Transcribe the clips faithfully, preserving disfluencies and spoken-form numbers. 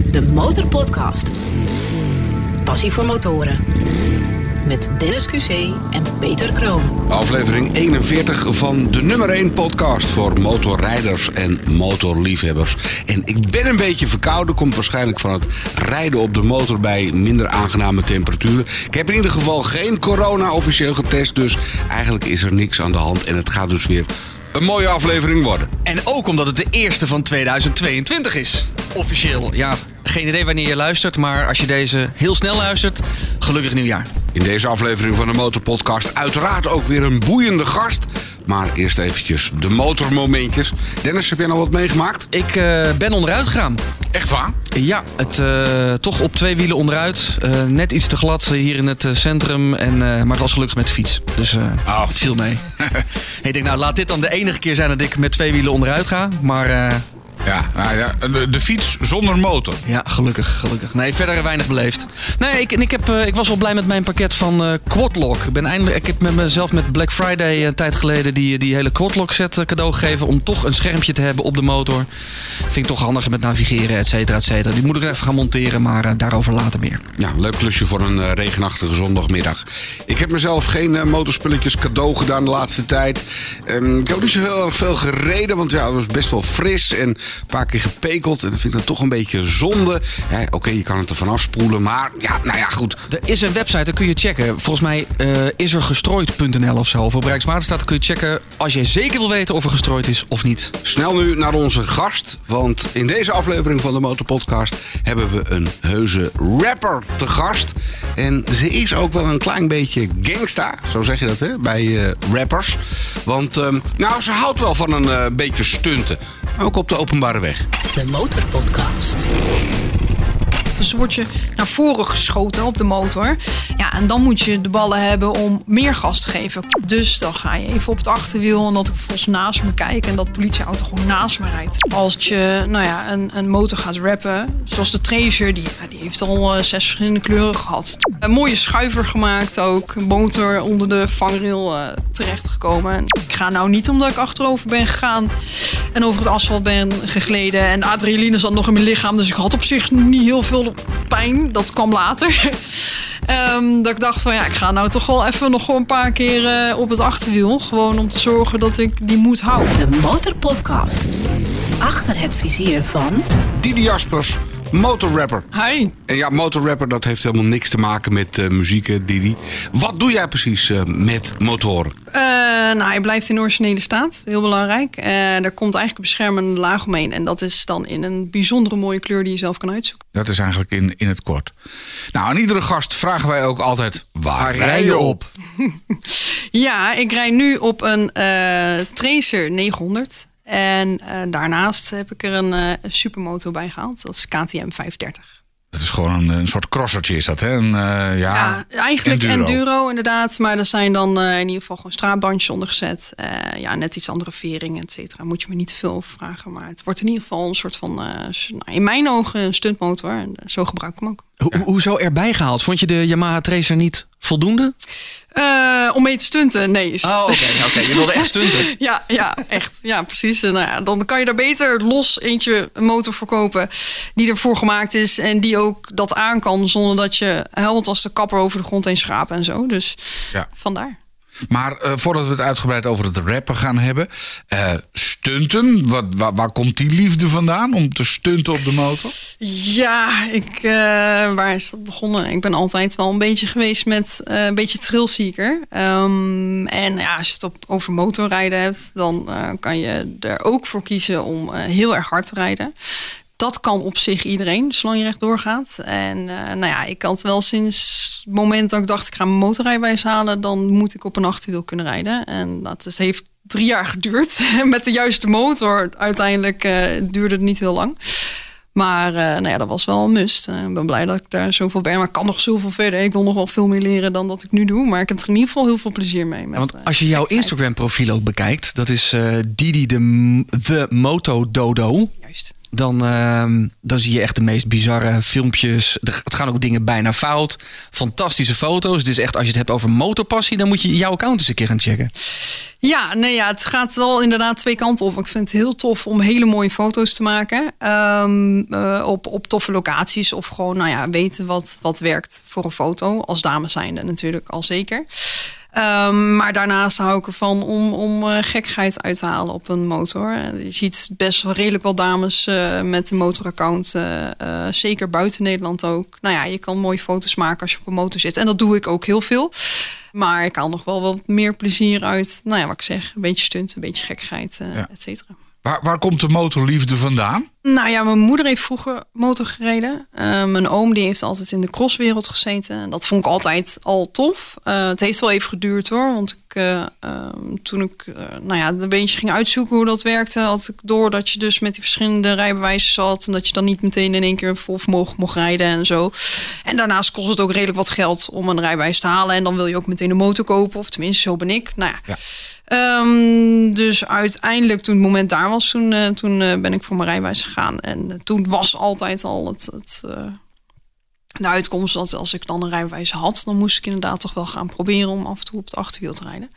De Motorpodcast. Passie voor motoren. Met Dennis Q C en Peter Kroon. Aflevering eenenveertig van de nummer één podcast voor motorrijders en motorliefhebbers. En ik ben een beetje verkouden, komt waarschijnlijk van het rijden op de motor bij minder aangename temperaturen. Ik heb in ieder geval geen corona officieel getest, dus eigenlijk is er niks aan de hand. En het gaat dus weer een mooie aflevering worden. En ook omdat het de eerste van tweeduizend tweeëntwintig is. Officieel, ja. Geen idee wanneer je luistert, maar als je deze heel snel luistert, gelukkig nieuwjaar. In deze aflevering van de Motorpodcast uiteraard ook weer een boeiende gast. Maar eerst eventjes de motormomentjes. Dennis, heb jij nog wat meegemaakt? Ik uh, ben onderuit gegaan. Echt waar? Ja, het, uh, toch op twee wielen onderuit. Uh, net iets te glad hier in het uh, centrum. En, uh, maar het was gelukkig met de fiets. Dus uh, oh. Het viel mee. Ik denk, nou laat dit dan de enige keer zijn dat ik met twee wielen onderuit ga. Maar... Uh, Ja, nou ja de, de fiets zonder motor. Ja, gelukkig, gelukkig. Nee, verder weinig beleefd. Nee, ik, ik, heb, ik was wel blij met mijn pakket van uh, Quadlock. Ik, ben eindelijk, ik heb met mezelf met Black Friday een tijd geleden die, die hele Quadlock set cadeau gegeven. Om toch een schermpje te hebben op de motor. Vind ik toch handiger met navigeren, et cetera, et cetera. Die moet ik even gaan monteren, maar uh, daarover later meer. Ja, leuk klusje voor een uh, regenachtige zondagmiddag. Ik heb mezelf geen uh, motorspulletjes cadeau gedaan de laatste tijd. Um, ik heb niet zo heel erg veel gereden, want ja, het was best wel fris en een paar keer gepekeld. En dat vind ik dan toch een beetje zonde. Ja, Oké, okay, je kan het er vanaf spoelen, maar ja, nou ja, goed. Er is een website, daar kun je checken. Volgens mij uh, is er gestrooid punt n l of zo. Of op Rijkswaterstaat kun je checken als je zeker wil weten of er gestrooid is of niet. Snel nu naar onze gast, want in deze aflevering van de Motorpodcast hebben we een heuse rapper te gast. En ze is ook wel een klein beetje gangsta, zo zeg je dat hè, bij uh, rappers. Want um, nou, ze houdt wel van een uh, beetje stunten. Ook op de openbare weg. De Motorpodcast. Dus word je naar voren geschoten op de motor. Ja, en dan moet je de ballen hebben om meer gas te geven. Dus dan ga je even op het achterwiel en dat ik volgens naast me kijk en dat de politieauto gewoon naast me rijdt. Als je nou ja, een, een motor gaat rappen, zoals de Tracer, die, ja, die heeft al uh, zes verschillende kleuren gehad. Een mooie schuiver gemaakt ook. Een motor onder de vangrail uh, terechtgekomen. Ik ga nou niet omdat ik achterover ben gegaan en over het asfalt ben gegleden. En de adrenaline zat nog in mijn lichaam, dus ik had op zich niet heel veel pijn. Dat kwam later. um, dat ik dacht van ja, ik ga nou toch wel even nog een paar keer uh, op het achterwiel. Gewoon om te zorgen dat ik die moed hou. De Motorpodcast. Achter het vizier van... Didi Jaspers, motorrapper. Hi. En ja, motorrapper, dat heeft helemaal niks te maken met uh, muziek, Didi. Wat doe jij precies uh, met motoren? Uh, nou, hij blijft in originele staat. Heel belangrijk. Uh, er komt eigenlijk een beschermende laag omheen. En dat is dan in een bijzondere mooie kleur die je zelf kan uitzoeken. Dat is eigenlijk in, in het kort. Nou, aan iedere gast vragen wij ook altijd... Waar, waar rij je op? Ja, ik rij nu op een uh, Tracer negenhonderd. En uh, daarnaast heb ik er een uh, supermoto bij gehaald. Dat is K T M vijfhonderddertig. Dat is gewoon een, een soort crossertje is dat, hè? Een, uh, ja, ja, eigenlijk enduro. enduro inderdaad. Maar er zijn dan uh, in ieder geval gewoon straatbandjes ondergezet. Uh, ja, net iets andere veringen, et cetera. Moet je me niet te veel over vragen. Maar het wordt in ieder geval een soort van, uh, nou, in mijn ogen, een stuntmotor. En uh, zo gebruik ik hem ook. Ho- ja. Hoezo erbij gehaald? Vond je de Yamaha Tracer niet voldoende? Uh, om mee te stunten, nee. Oh, oké. Okay, okay. Je wilde echt stunten. ja, ja, echt. Ja, precies. En, nou ja, dan kan je daar beter los eentje een motor voor kopen die ervoor gemaakt is en die ook dat aan kan zonder dat je helpt als de kapper over de grond heen schrapen en zo. Dus ja. Vandaar. Maar uh, voordat we het uitgebreid over het rappen gaan hebben, uh, stunten, wat, waar, waar komt die liefde vandaan om te stunten op de motor? Ja, ik, uh, waar is dat begonnen? Ik ben altijd wel een beetje geweest met uh, een beetje thrillseeker. Um, en ja, als je het op, over motorrijden hebt, dan uh, kan je er ook voor kiezen om uh, heel erg hard te rijden. Dat kan op zich iedereen, zolang je rechtdoor gaat. En uh, nou ja, ik had wel sinds het moment dat ik dacht... ik ga mijn motorrijbewijs halen... dan moet ik op een achterwiel kunnen rijden. En dat het heeft drie jaar geduurd. Met de juiste motor uiteindelijk uh, duurde het niet heel lang. Maar uh, nou ja, dat was wel een must. Uh, ik ben blij dat ik daar zoveel ben. Maar ik kan nog zoveel verder. Ik wil nog wel veel meer leren dan dat ik nu doe. Maar ik heb er in ieder geval heel veel plezier mee. Met, Want als je jouw Instagram profiel ook bekijkt... dat is uh, Didi de, de Moto Dodo. Juist. dan, uh, dan zie je echt de meest bizarre filmpjes. Er het gaan ook dingen bijna fout. Fantastische foto's. Het is echt, als je het hebt over motorpassie, dan moet je jouw account eens een keer gaan checken. Ja, nee, ja, het gaat wel inderdaad twee kanten op. Ik vind het heel tof om hele mooie foto's te maken. Um, uh, op, op toffe locaties. Of gewoon, nou ja, weten wat, wat werkt voor een foto. Als dame zijnde natuurlijk al zeker. Um, maar daarnaast hou ik ervan om, om uh, gekkigheid uit te halen op een motor. Je ziet best wel redelijk wel dames uh, met een motoraccount. Uh, uh, zeker buiten Nederland ook. Nou ja, je kan mooie foto's maken als je op een motor zit. En dat doe ik ook heel veel. Maar ik haal nog wel wat meer plezier uit. Nou ja, wat ik zeg. Een beetje stunt, een beetje gekkigheid, uh, ja. et cetera. Waar, waar komt de motorliefde vandaan? Nou ja, mijn moeder heeft vroeger motor gereden. Uh, mijn oom die heeft altijd in de crosswereld gezeten. Dat vond ik altijd al tof. Uh, het heeft wel even geduurd hoor. Want ik, uh, uh, toen ik uh, nou ja, een beetje ging uitzoeken hoe dat werkte, had ik door dat je dus met die verschillende rijbewijzen zat. En dat je dan niet meteen in één keer vol vermogen mocht rijden en zo. En daarnaast kost het ook redelijk wat geld om een rijbewijs te halen. En dan wil je ook meteen een motor kopen. Of tenminste, zo ben ik. Nou ja. ja. Um, dus uiteindelijk, toen het moment daar was, toen, uh, toen uh, ben ik voor mijn rijbewijs gegaan. En uh, toen was altijd al het, het, uh, de uitkomst dat als ik dan een rijbewijs had, dan moest ik inderdaad toch wel gaan proberen om af en toe op het achterwiel te rijden.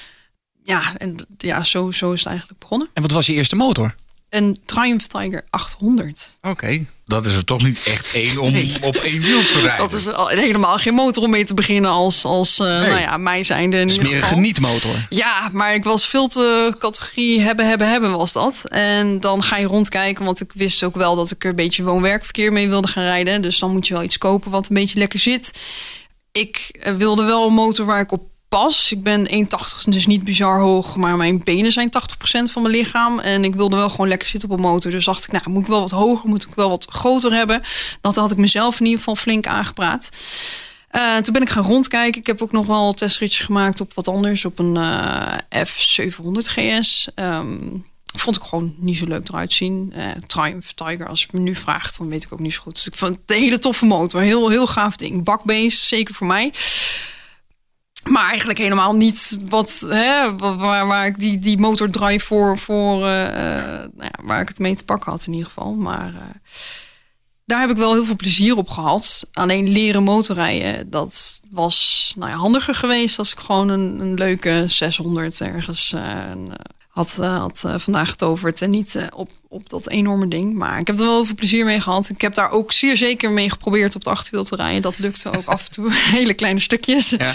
Ja, en ja, zo, zo is het eigenlijk begonnen. En wat was je eerste motor? Een Triumph Tiger achthonderd. Oké. Okay. Dat is er toch niet echt één om nee. op één wiel te rijden. Dat is helemaal geen motor om mee te beginnen als, als uh, nee. nou ja, mij zijnde in ieder geval. Smerige niet-motor. Ja, maar ik was veel te categorie hebben, hebben, hebben was dat. En dan ga je rondkijken, want ik wist ook wel dat ik er een beetje woon-werkverkeer mee wilde gaan rijden. Dus dan moet je wel iets kopen wat een beetje lekker zit. Ik wilde wel een motor waar ik op pas. Ik ben één tachtig, dus niet bizar hoog, maar mijn benen zijn tachtig procent van mijn lichaam. En ik wilde wel gewoon lekker zitten op een motor. Dus dacht ik, nou, moet ik wel wat hoger, moet ik wel wat groter hebben. Dat had ik mezelf in ieder geval flink aangepraat. Uh, toen ben ik gaan rondkijken. Ik heb ook nog wel testritjes gemaakt op wat anders, op een uh, F zevenhonderd G S. Um, vond ik gewoon niet zo leuk eruit zien. Uh, Triumph Tiger, als je me nu vraagt, dan weet ik ook niet zo goed. Dus ik vond het een hele toffe motor. Heel, heel gaaf ding. Bakbeest, zeker voor mij. Maar eigenlijk helemaal niet wat, hè, waar, waar ik die, die motordrive voor, voor uh, nou ja, waar ik het mee te pakken had in ieder geval. Maar uh, daar heb ik wel heel veel plezier op gehad. Alleen leren motorrijden, dat was nou ja, handiger geweest als ik gewoon een, een leuke zeshonderd ergens uh, een, had, uh, had uh, vandaag getoverd. En niet uh, op, op dat enorme ding. Maar ik heb er wel heel veel plezier mee gehad. Ik heb daar ook zeer zeker mee geprobeerd op de achterwiel te rijden. Dat lukte ook af en toe. Hele kleine stukjes. Ja.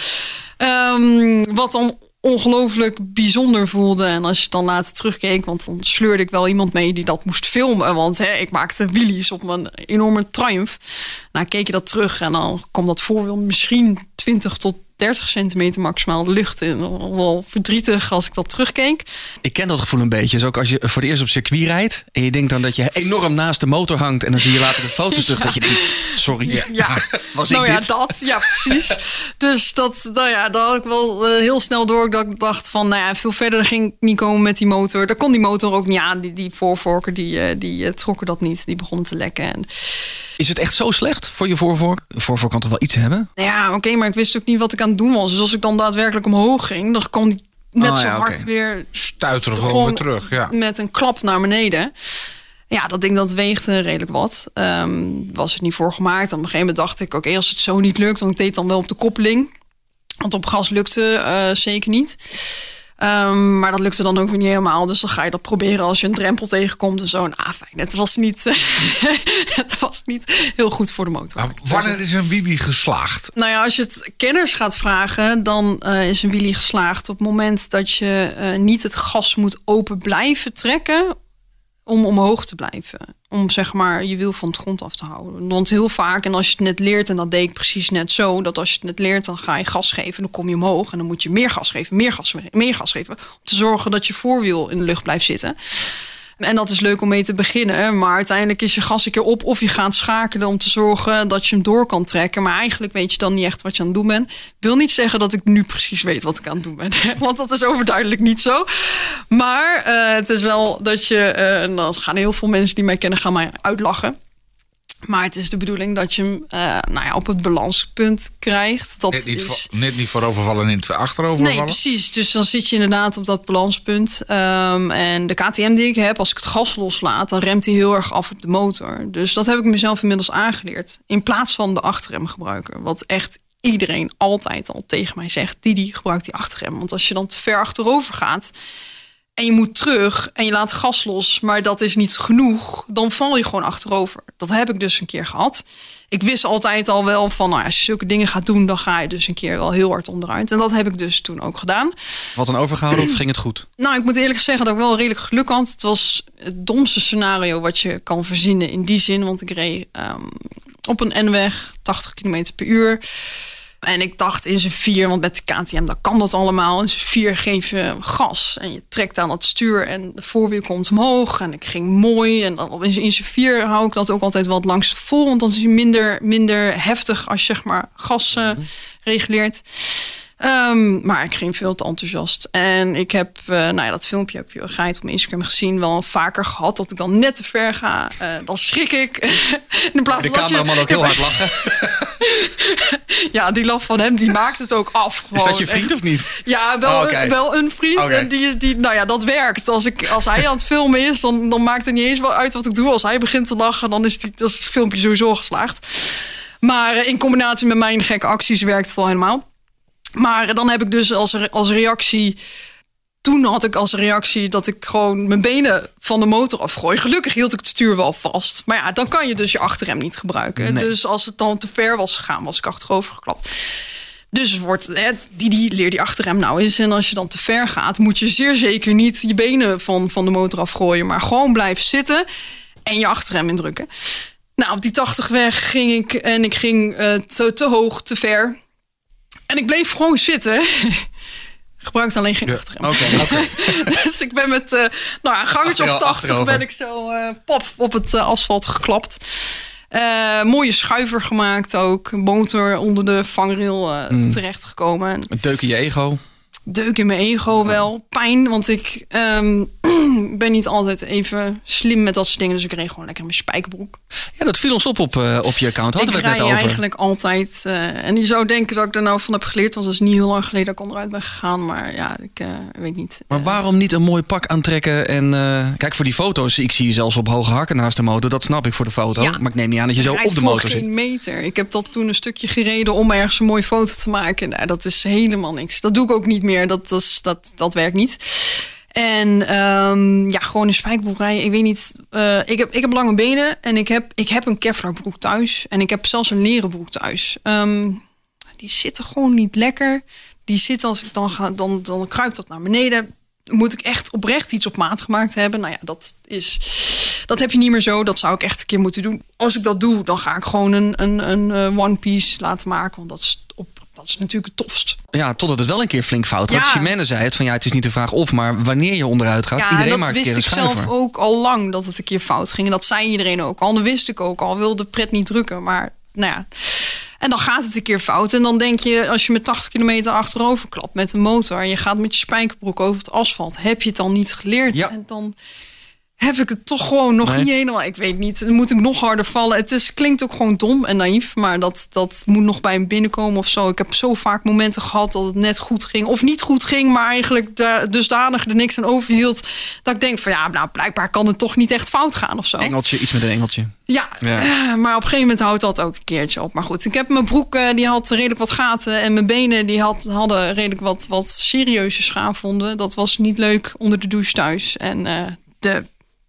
Um, wat dan ongelooflijk bijzonder voelde. En als je het dan later terugkeek, want dan sleurde ik wel iemand mee die dat moest filmen. Want hè, ik maakte wheelies op mijn enorme Triumph. Nou, keek je dat terug en dan kwam dat voorwiel misschien twintig tot dertig centimeter maximaal de lucht in. Wel verdrietig als ik dat terugkeek. Ik ken dat gevoel een beetje. Dus ook als je voor het eerst op circuit rijdt en je denkt dan dat je enorm naast de motor hangt en dan zie je later de foto's terug ja. dat je denkt, sorry, ja, ja. was nou ik ja, dit? dat, ja precies. Dus dat, nou ja, dat had ik wel uh, heel snel door. Dat ik dacht van, nou ja, veel verder ging ik niet komen met die motor. Daar kon die motor ook niet aan. Die, die voorvorken, die, uh, die uh, trokken dat niet. Die begonnen te lekken. En is het echt zo slecht voor je voorvork? De voorvork kan toch wel iets hebben? Ja, oké, okay, maar ik wist ook niet wat ik aan het doen was. Dus als ik dan daadwerkelijk omhoog ging, dan kwam die net oh, zo ja, hard okay. weer stuiteren gewoon weer terug. Ja. Met een klap naar beneden. Ja, dat ding dat weegde redelijk wat. Um, was het niet voor gemaakt. Op een gegeven moment dacht ik, oké, okay, als het zo niet lukt, dan deed het dan wel op de koppeling. Want op gas lukte uh, zeker niet. Um, maar dat lukte dan ook weer niet helemaal. Dus dan ga je dat proberen als je een drempel tegenkomt en zo. Nou, fijn. Het was niet, het was niet heel goed voor de motor. Nou, wanneer is een wheelie geslaagd? Nou ja, als je het kenners gaat vragen, dan uh, is een wheelie geslaagd op het moment dat je uh, niet het gas moet open blijven trekken om omhoog te blijven. Om zeg maar je wiel van de grond af te houden. Want heel vaak, en als je het net leert, en dat deed ik precies net zo, dat als je het net leert, dan ga je gas geven, dan kom je omhoog en dan moet je meer gas geven, meer gas, meer gas geven, om te zorgen dat je voorwiel in de lucht blijft zitten. En dat is leuk om mee te beginnen, maar uiteindelijk is je gas een keer op of je gaat schakelen om te zorgen dat je hem door kan trekken. Maar eigenlijk weet je dan niet echt wat je aan het doen bent. Wil niet zeggen dat ik nu precies weet wat ik aan het doen ben, want dat is overduidelijk niet zo. Maar uh, het is wel dat je, uh, en dan gaan heel veel mensen die mij kennen gaan mij uitlachen. Maar het is de bedoeling dat je hem uh, nou ja, op het balanspunt krijgt. Dat net, niet is... voor, net niet voorovervallen en niet achterovervallen? Nee, precies. Dus dan zit je inderdaad op dat balanspunt. Um, en de K T M die ik heb, als ik het gas loslaat, dan remt hij heel erg af op de motor. Dus dat heb ik mezelf inmiddels aangeleerd. In plaats van de achterrem gebruiken. Wat echt iedereen altijd al tegen mij zegt. Didi, gebruikt die achterrem. Want als je dan te ver achterover gaat en je moet terug en je laat gas los, maar dat is niet genoeg, dan val je gewoon achterover. Dat heb ik dus een keer gehad. Ik wist altijd al wel van, nou, als je zulke dingen gaat doen, dan ga je dus een keer wel heel hard onderuit. En dat heb ik dus toen ook gedaan. Wat dan overgehouden of ging het goed? Nou, ik moet eerlijk zeggen dat ik wel redelijk geluk had. Het was het domste scenario wat je kan verzinnen in die zin. Want ik reed um, op een N-weg, tachtig kilometer per uur. En ik dacht in zijn vier, want met de K T M dan kan dat allemaal. In zijn vier geef je gas en je trekt aan het stuur en de voorwiel komt omhoog. En ik ging mooi. En dan in zijn vier hou ik dat ook altijd wel het langste vol. Want dan is hij minder, minder heftig als je zeg maar gas uh, reguleert. Um, maar ik ging veel te enthousiast. En ik heb, uh, nou ja, dat filmpje heb je geit op mijn Instagram gezien, wel vaker gehad dat ik dan net te ver ga. Uh, dan schrik ik. In plaats de van cameraman je... ook heel hard lachen. Ja, die lach van hem, die maakt het ook af. Gewoon. Is dat je vriend echt. Of niet? Ja, wel, oh, okay. wel een vriend. Okay. En die, die, nou ja, dat werkt. Als, ik, als hij aan het filmen is, dan, dan maakt het niet eens wel uit wat ik doe. Als hij begint te lachen, dan is, die, dat is het filmpje sowieso geslaagd. Maar in combinatie met mijn gekke acties werkt het al helemaal. Maar dan heb ik dus als, als reactie... Toen had ik als reactie dat ik gewoon mijn benen van de motor afgooi. Gelukkig hield ik het stuur wel vast. Maar ja, dan kan je dus je achterrem niet gebruiken. Nee. Dus als het dan te ver was gegaan, was ik achterover geklapt. Dus wordt het, die, die leer die achterrem nou eens. En als je dan te ver gaat, moet je zeer zeker niet je benen van, van de motor afgooien. Maar gewoon blijven zitten en je achterrem indrukken. Nou, op die tachtig weg ging ik en ik ging uh, te, te hoog, te ver. En ik bleef gewoon zitten. Gebruikte alleen geen achterrem. Ja, okay, okay. Dus ik ben met uh, nou, een gangetje of tachtig achterover. Ben ik zo uh, pop op het uh, asfalt geklapt. Uh, mooie schuiver gemaakt ook. Motor onder de vangrail uh, mm. terechtgekomen. Een deuk in je ego. Deuk in mijn ego wel. Pijn, want ik um, ben niet altijd even slim met dat soort dingen. Dus ik reed gewoon lekker mijn spijkerbroek. Ja, dat viel ons op op, uh, op je account. Hadden ik we het net over. eigenlijk altijd. Uh, en je zou denken dat ik er nou van heb geleerd. Want dat is niet heel lang geleden dat ik onderuit ben gegaan. Maar ja, ik uh, weet niet. Maar waarom niet een mooi pak aantrekken? En uh, kijk, voor die foto's. Ik zie je zelfs op hoge hakken naast de motor. Dat snap ik voor de foto. Ja, maar ik neem niet aan dat je zo op de motor zit. Geen meter. Ik heb dat toen een stukje gereden om ergens een mooie foto te maken. Nou, dat is helemaal niks. Dat doe ik ook niet meer. Dat, dat, dat, dat werkt niet. En um, ja, gewoon een spijkerbroek rijden. Ik weet niet. Uh, ik, heb, ik heb lange benen en ik heb, ik heb een Kevlar broek thuis. En ik heb zelfs een leren broek thuis. Um, die zitten gewoon niet lekker. Die zitten als ik dan ga, dan, dan kruipt dat naar beneden. Moet ik echt oprecht iets op maat gemaakt hebben. Nou ja, dat is. Dat heb je niet meer zo. Dat zou ik echt een keer moeten doen. Als ik dat doe, dan ga ik gewoon een, een, een one piece laten maken. Want dat is op. Dat is natuurlijk het tofst. Ja, totdat het wel een keer flink fout gaat. Ja. Chimène zei het van ja, het is niet de vraag of, maar wanneer je onderuit gaat. Ja, iedereen maakt een keer een wist ik schuiver. zelf ook al lang dat het een keer fout ging. En dat zei iedereen ook al. Dat wist ik ook al. Wilde de pret niet drukken. Maar nou ja. En dan gaat het een keer fout. En dan denk je, als je met tachtig kilometer achterover klapt met een motor en je gaat met je spijkerbroek over het asfalt, heb je het dan niet geleerd? Ja. En dan heb ik het toch gewoon nog nee. niet helemaal. Ik weet niet. Dan moet ik nog harder vallen. Het is, klinkt ook gewoon dom en naïef. Maar dat, dat moet nog bij me binnenkomen of zo. Ik heb zo vaak momenten gehad dat het net goed ging. Of niet goed ging, maar eigenlijk dusdanig er niks aan overhield. Dat ik denk van ja, nou blijkbaar kan het toch niet echt fout gaan of zo. Engeltje, iets met een engeltje. Ja, ja. Maar op een gegeven moment houdt dat ook een keertje op. Maar goed, ik heb mijn broek, die had redelijk wat gaten. En mijn benen die had, hadden redelijk wat, wat serieuze schaafwonden. Dat was niet leuk onder de douche thuis. En uh, de...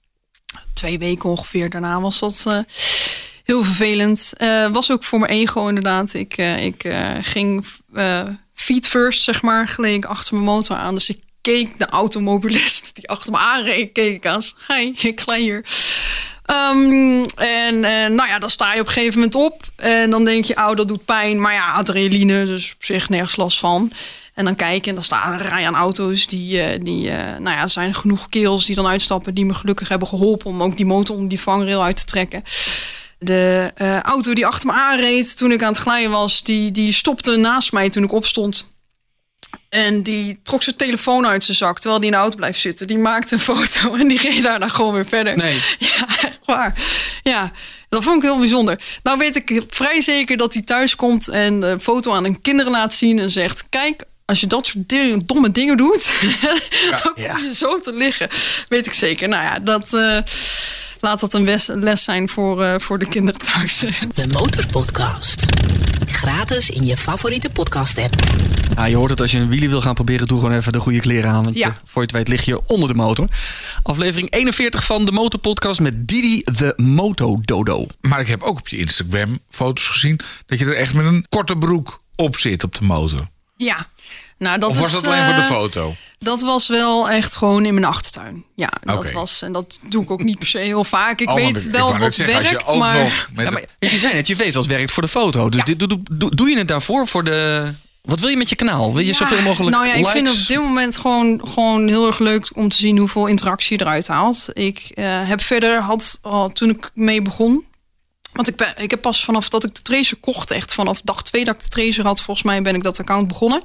Twee weken ongeveer daarna was dat uh, heel vervelend. Uh, was ook voor mijn ego inderdaad. Ik, uh, ik uh, ging uh, feet first, zeg maar, gleed ik achter mijn motor aan. Dus ik keek de automobilist die achter me aanreed, keek ik aan. Hi, ik glij hier. Um, en uh, nou ja, dan sta je op een gegeven moment op. En dan denk je, oh, dat doet pijn. Maar ja, adrenaline, dus op zich nergens last van. En dan kijken en dan staan een rij aan auto's. Die, die uh, nou ja, er zijn genoeg kerels die dan uitstappen. Die me gelukkig hebben geholpen om ook die motor om die vangrail uit te trekken. De uh, auto die achter me aanreed toen ik aan het glijden was. Die, die stopte naast mij toen ik opstond. En die trok zijn telefoon uit zijn zak, terwijl die in de auto blijft zitten. Die maakte een foto en die reed daarna gewoon weer verder. Nee. Ja, echt waar. Ja, dat vond ik heel bijzonder. Nou weet ik vrij zeker dat hij thuis komt en een foto aan een kinderen laat zien en zegt... Kijk, als je dat soort dingen, domme dingen doet, ja, dan kom je ja. zo te liggen. Weet ik zeker. Nou ja, dat... Uh, laat dat een les, les zijn voor, uh, voor de kinderen thuis. De Motorpodcast. Gratis in je favoriete podcast-app. Ja, je hoort het, als je een wielie wil gaan proberen, doe gewoon even de goede kleren aan. Want ja. je, voor je het weet lig je onder de motor. Aflevering eenenveertig van de Motorpodcast met Didi de Motododo. Maar ik heb ook op je Instagram foto's gezien dat je er echt met een korte broek op zit op de motor. Ja. Nou, dat of was is, dat alleen uh, voor de foto? Dat was wel echt gewoon in mijn achtertuin. Ja, dat okay. was, en dat doe ik ook niet per se heel vaak. Ik oh, weet ik, wel ik wat zeggen, werkt, maar... Ja, maar je zei net, je weet wat werkt voor de foto. Dus ja. dit, doe, doe, doe je het daarvoor voor de... Wat wil je met je kanaal? Wil je ja, zoveel mogelijk Nou ja, likes? ik vind het op dit moment gewoon, gewoon heel erg leuk om te zien hoeveel interactie je eruit haalt. Ik uh, heb verder, had al, toen ik mee begon... Want ik, ben, ik heb pas vanaf dat ik de Tracer kocht, echt vanaf dag twee dat ik de Tracer had, volgens mij ben ik dat account begonnen.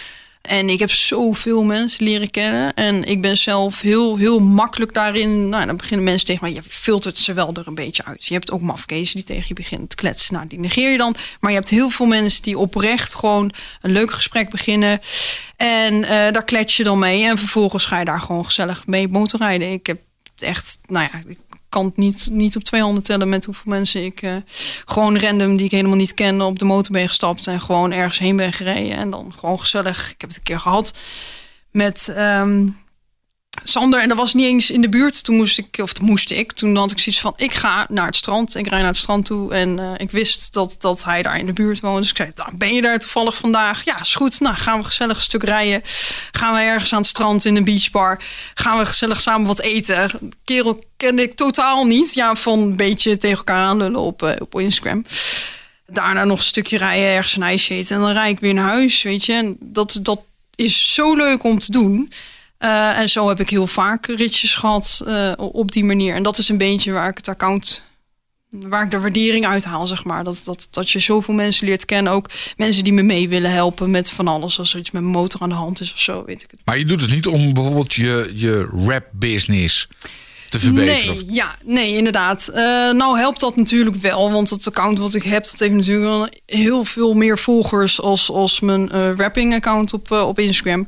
En ik heb zoveel mensen leren kennen. En ik ben zelf heel, heel makkelijk daarin. Nou, dan beginnen mensen tegen mij. Je filtert ze wel er een beetje uit. Je hebt ook mafkezen die tegen je beginnen te kletsen. Nou, die negeer je dan. Maar je hebt heel veel mensen die oprecht gewoon een leuk gesprek beginnen. En uh, daar klets je dan mee. En vervolgens ga je daar gewoon gezellig mee motorrijden. Ik heb echt, nou ja... Ik kan het niet, niet op twee handen tellen met hoeveel mensen ik uh, gewoon random, die ik helemaal niet ken, op de motor ben gestapt en gewoon ergens heen ben gereden. En dan gewoon gezellig. Ik heb het een keer gehad met um, Sander. En dat was niet eens in de buurt. Toen moest ik, of moest ik, toen had ik zoiets van, ik ga naar het strand. Ik rijd naar het strand toe. En uh, ik wist dat, dat hij daar in de buurt woonde. Dus ik zei, nou, ben je daar toevallig vandaag? Ja, is goed. Nou, gaan we gezellig een stuk rijden. Gaan we ergens aan het strand in een beachbar. Gaan we gezellig samen wat eten. De kerel kende ik totaal niet. Ja, van een beetje tegen elkaar aanlullen op, uh, op Instagram. Daarna nog een stukje rijden, ergens een ijsje eten. En dan rijd ik weer naar huis, weet je. En dat, dat is zo leuk om te doen. Uh, en zo heb ik heel vaak ritjes gehad uh, op die manier. En dat is een beetje waar ik het account, waar ik de waardering uit haal, zeg maar. Dat, dat, dat je zoveel mensen leert kennen. Ook mensen die me mee willen helpen met van alles. Als er iets met mijn motor aan de hand is of zo, weet ik het. Maar je doet het niet om bijvoorbeeld je, je rap business te verbeteren? Nee, ja, nee, inderdaad. Uh, nou helpt dat natuurlijk wel. Want het account wat ik heb, dat heeft natuurlijk wel heel veel meer volgers als, als mijn uh, rapping account op, uh, op Instagram.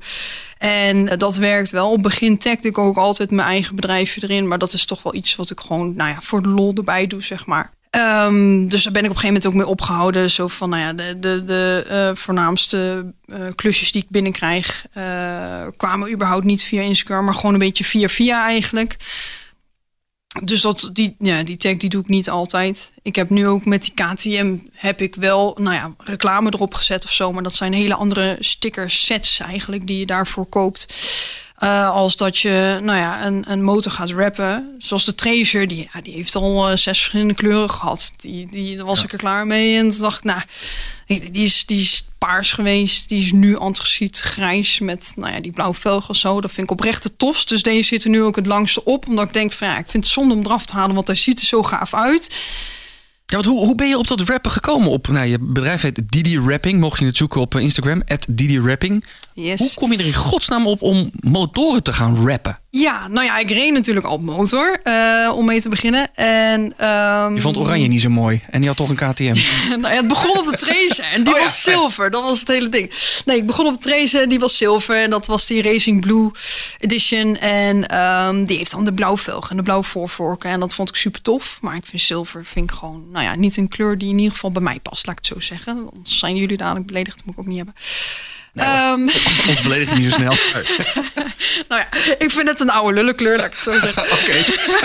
En dat werkt wel. Op het begin tagde ik ook altijd mijn eigen bedrijfje erin. Maar dat is toch wel iets wat ik gewoon, nou ja, voor de lol erbij doe, zeg maar. Um, dus daar ben ik op een gegeven moment ook mee opgehouden. Zo van, nou ja, de, de, de uh, voornaamste uh, klusjes die ik binnenkrijg uh, kwamen überhaupt niet via Instagram, maar gewoon een beetje via via eigenlijk. Dus dat, die, ja, die tag die doe ik niet altijd. Ik heb nu ook met die K T M heb ik wel, nou ja, reclame erop gezet of zo. Maar dat zijn hele andere sticker-sets eigenlijk die je daarvoor koopt. Uh, als dat je, nou ja, een, een motor gaat rappen. Zoals de Tracer, die, ja, die heeft al uh, zes verschillende kleuren gehad. Die, die, daar was ja. ik er klaar mee. En toen dacht ik, nou, die is, die is paars geweest. Die is nu antraciet grijs met, nou ja, die blauwe velgen of zo. Dat vind ik oprecht de tofst. Dus deze zit er nu ook het langste op. Omdat ik denk van, ja, ik vind het zonde om eraf te halen. Want hij ziet er zo gaaf uit. Ja, want hoe, hoe ben je op dat rappen gekomen? Op, nou, je bedrijf heet Didi Rapping. Mocht je het zoeken op Instagram, at Didi Rapping. Yes. Hoe kom je er in godsnaam op om motoren te gaan rappen? Ja, nou ja, ik reed natuurlijk al op motor, uh, om mee te beginnen. En, um... Je vond oranje niet zo mooi en die had toch een K T M. nou ja, het begon op de Tracer en die oh, was ja. zilver. Dat was het hele ding. Nee, ik begon op de Tracer, die was zilver. En dat was die Racing Blue Edition. En um, die heeft dan de blauwe velgen en de blauwe voorvorken. En dat vond ik super tof. Maar ik vind zilver vind ik gewoon, nou ja, niet een kleur die in ieder geval bij mij past, laat ik het zo zeggen. Anders zijn jullie dadelijk beledigd, dat moet ik ook niet hebben. Nou, um, ons beledig niet zo snel. nou ja, ik vind het een oude lullenkleur, laat ik het zo zeggen. Oké. Okay.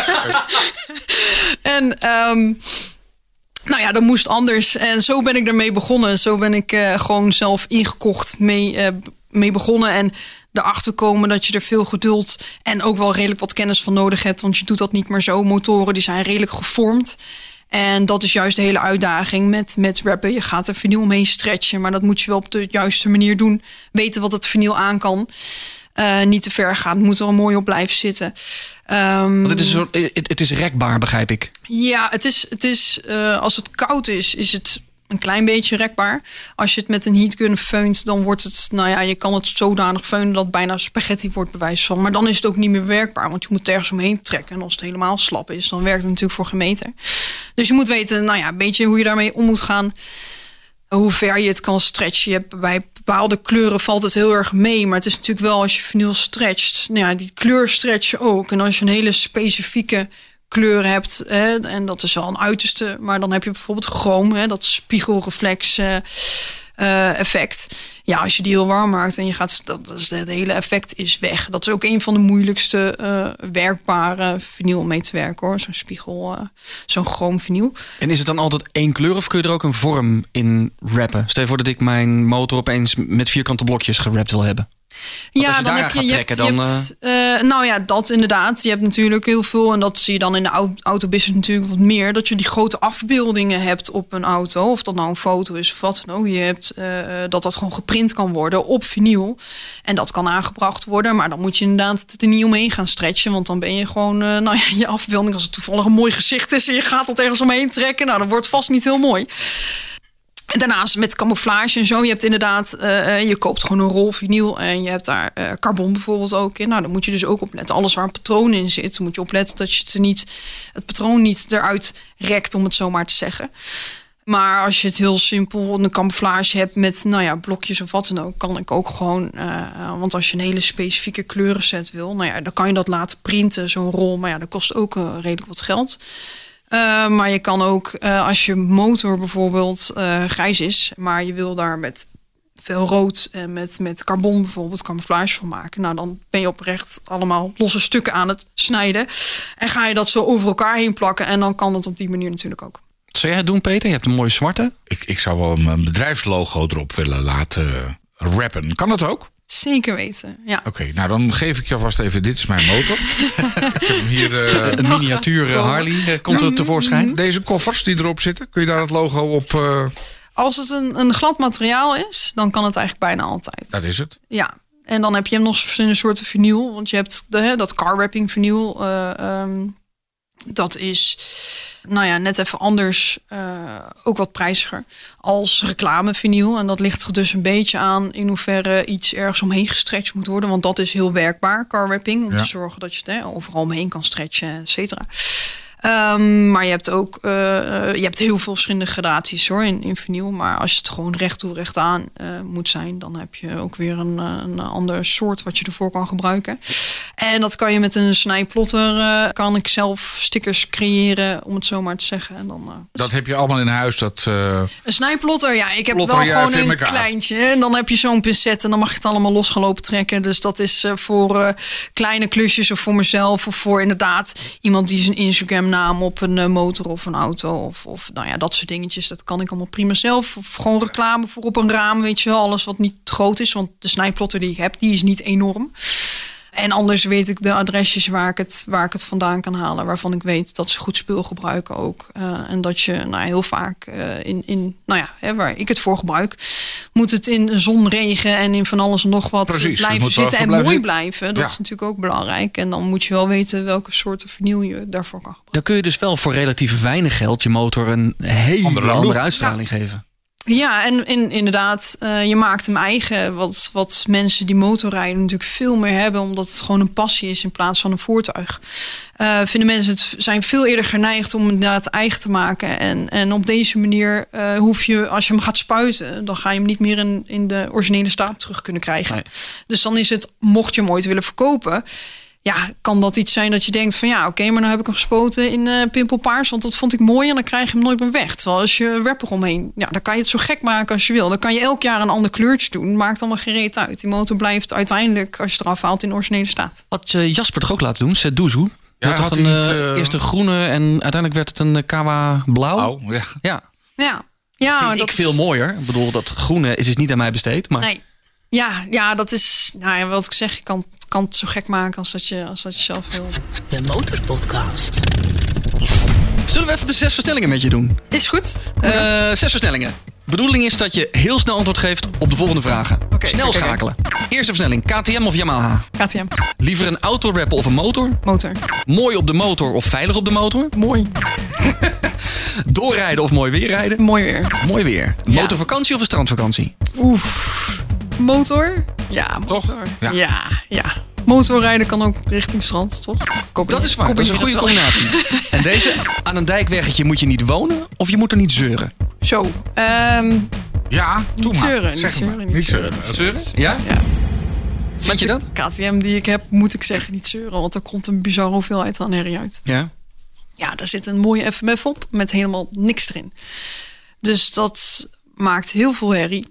en um, nou ja, dat moest anders. En zo ben ik ermee begonnen. Zo ben ik uh, gewoon zelf ingekocht mee, uh, mee begonnen. En erachter komen dat je er veel geduld en ook wel redelijk wat kennis van nodig hebt. Want je doet dat niet maar zo. Motoren die zijn redelijk gevormd. En dat is juist de hele uitdaging met, met rappen. Je gaat er vinyl omheen stretchen, maar dat moet je wel op de juiste manier doen. Weten wat het vinyl aan kan. Uh, niet te ver gaan, het moet er mooi op blijven zitten. Um, Want het is, zo, het, het is rekbaar, begrijp ik. Ja, het is, het is uh, als het koud is, is het een klein beetje rekbaar. Als je het met een heatgun feunt, dan wordt het... Nou ja, je kan het zodanig feunen dat het bijna spaghetti wordt, bewijs van. Maar dan is het ook niet meer werkbaar, want je moet ergens omheen trekken. En als het helemaal slap is, dan werkt het natuurlijk voor geen meter. Dus je moet weten, nou ja, een beetje hoe je daarmee om moet gaan. Hoe ver je het kan stretchen. Je hebt bij bepaalde kleuren valt het heel erg mee. Maar het is natuurlijk wel als je vinyl stretcht. Nou ja, die kleur stretch je ook. En als je een hele specifieke kleur hebt, hè, en dat is wel een uiterste. Maar dan heb je bijvoorbeeld chroom, hè, dat spiegelreflex uh, uh, effect. Ja, als je die heel warm maakt en je gaat, dat is het hele effect is weg. Dat is ook een van de moeilijkste uh, werkbare vinyl om mee te werken, hoor. Zo'n spiegel, uh, zo'n chroom vinyl. En is het dan altijd één kleur of kun je er ook een vorm in rappen? Stel je voor dat ik mijn motor opeens met vierkante blokjes gerapt wil hebben. Want ja, je dan heb je, je trekken, hebt, dan, je hebt uh, nou ja, dat inderdaad. Je hebt natuurlijk heel veel, en dat zie je dan in de autobusiness natuurlijk wat meer, dat je die grote afbeeldingen hebt op een auto, of dat nou een foto is of wat dan ook. Je hebt uh, dat dat gewoon geprint kan worden op vinyl. En dat kan aangebracht worden, maar dan moet je inderdaad er niet omheen gaan stretchen, want dan ben je gewoon, uh, nou ja, je afbeelding, als het toevallig een mooi gezicht is en je gaat dat ergens omheen trekken, nou, dat wordt vast niet heel mooi. En daarnaast met camouflage en zo. Je hebt inderdaad, uh, je koopt gewoon een rol vinyl en je hebt daar uh, carbon bijvoorbeeld ook in. Nou, dan moet je dus ook opletten. Alles waar een patroon in zit, moet je opletten dat je het, er niet, het patroon niet eruit rekt, om het zo maar te zeggen. Maar als je het heel simpel een camouflage hebt met, nou ja, blokjes of wat dan ook, kan ik ook gewoon, uh, want als je een hele specifieke kleurenset wil, nou ja, dan kan je dat laten printen, zo'n rol. Maar ja, dat kost ook uh, redelijk wat geld. Uh, maar je kan ook, uh, als je motor bijvoorbeeld uh, grijs is, maar je wil daar met veel rood en met, met carbon bijvoorbeeld camouflage van maken. Nou, dan ben je oprecht allemaal losse stukken aan het snijden. En ga je dat zo over elkaar heen plakken en dan kan dat op die manier natuurlijk ook. Zou jij het doen, Peter? Je hebt een mooie zwarte. Ik, ik zou wel een bedrijfslogo erop willen laten rappen. Kan dat ook? Zeker weten, ja. Oké, okay, nou dan geef ik je alvast even, dit is mijn motor. Ik heb hem hier, uh, een miniatuur uh, Harley uh, komt er tevoorschijn. Deze koffers die erop zitten, kun je daar het logo op... Uh... Als het een, een glad materiaal is, dan kan het eigenlijk bijna altijd. Dat is het? Ja, en dan heb je hem nog verschillende soorten vinyl. Want je hebt de, hè, dat car wrapping vinyl. Uh, um, dat is, nou ja, net even anders, uh, ook wat prijziger als reclame vinyl. En dat ligt er dus een beetje aan in hoeverre iets ergens omheen gestretcht moet worden. Want dat is heel werkbaar, car wrapping. Om ja. te zorgen dat je het hè, overal omheen kan stretchen, et cetera. Um, maar je hebt ook uh, je hebt heel veel verschillende gradaties hoor in, in vinyl. Maar als je het gewoon recht toe recht aan uh, moet zijn, dan heb je ook weer een, een ander soort wat je ervoor kan gebruiken. En dat kan je met een snijplotter, uh, kan ik zelf stickers creëren, om het zo maar te zeggen. En dan, uh, dat heb je allemaal in huis? Dat, uh... Een snijplotter, ja. Ik heb wel gewoon een elkaar. kleintje. En dan heb je zo'n pincet en dan mag je het allemaal los gaan lopen trekken. Dus dat is uh, voor uh, kleine klusjes of voor mezelf. Of voor inderdaad iemand die zijn Instagram naam op een uh, motor of een auto. Of, of nou ja, dat soort dingetjes. Dat kan ik allemaal prima zelf. Of gewoon reclame voor op een raam, weet je wel. Alles wat niet groot is. Want de snijplotter die ik heb, die is niet enorm. En anders weet ik de adresjes waar ik het, waar ik het vandaan kan halen. Waarvan ik weet dat ze goed spul gebruiken ook. Uh, en dat je nou, heel vaak uh, in, in, nou ja, hè, waar ik het voor gebruik, moet het in zon, regen en in van alles en nog wat Precies, blijven zitten en blijven. mooi blijven. Dat ja. is natuurlijk ook belangrijk. En dan moet je wel weten welke soorten vinyl je daarvoor kan gebruiken. Dan kun je dus wel voor relatief weinig geld je motor een hele andere, andere uitstraling ja. geven. Ja, en in, inderdaad, uh, je maakt hem eigen. Wat, wat mensen die motorrijden natuurlijk veel meer hebben, omdat het gewoon een passie is in plaats van een voertuig. Uh, vinden mensen het zijn veel eerder geneigd om het inderdaad eigen te maken. En, en op deze manier uh, hoef je, als je hem gaat spuiten, dan ga je hem niet meer in, in de originele staat terug kunnen krijgen. Nee. Dus dan is het, mocht je hem ooit willen verkopen, ja, kan dat iets zijn dat je denkt van ja, oké, okay, maar dan heb ik hem gespoten in uh, pimpelpaars, want dat vond ik mooi en dan krijg je hem nooit meer weg. Terwijl als je wrapper omheen, ja, dan kan je het zo gek maken als je wil. Dan kan je elk jaar een ander kleurtje doen, maakt allemaal geen reet uit. Die motor blijft uiteindelijk, als je het eraf haalt, in originele staat. Had je Jasper toch ook laten doen, Seduzu? Ja, had, had een, niet, uh... eerst een groene en uiteindelijk werd het een Kawa blauw. Oh, ja. Ja. Ja. Ja, vind dat ik veel is... mooier. Ik bedoel, dat groene is dus niet aan mij besteed, maar... Nee. Ja, ja, dat is, nou ja, wat ik zeg, je kan, kan het zo gek maken als dat je, als dat je zelf wil. De Motorpodcast. Zullen we even de zes versnellingen met je doen? Is goed. Uh, zes versnellingen. Bedoeling is dat je heel snel antwoord geeft op de volgende vragen. Oké, snel oké, oké. schakelen. Eerste versnelling, K T M of Yamaha? K T M. Liever een autorappen of een motor? Motor. Mooi op de motor of veilig op de motor? Mooi. Doorrijden of mooi weer rijden? Mooi weer. Mooi weer. Ja. Motorvakantie of een strandvakantie? Oef. Motor? Ja, Toch? motor. Ja. Ja, ja. Motorrijden kan ook richting strand, toch? Dat is waar, dat is een goede combinatie. En deze, aan een dijkweggetje moet je niet wonen of je moet er niet zeuren? Zo. ehm Ja, doe Niet maar. zeuren, Zeg niet maar. zeuren, niet Niet zeuren. zeuren. Ja? Ja. Vind je dat? K T M die ik heb, moet ik zeggen, niet zeuren. Want er komt een bizarre hoeveelheid aan herrie uit. Ja. Ja, daar zit een mooie F M F op met helemaal niks erin. Dus dat maakt heel veel herrie.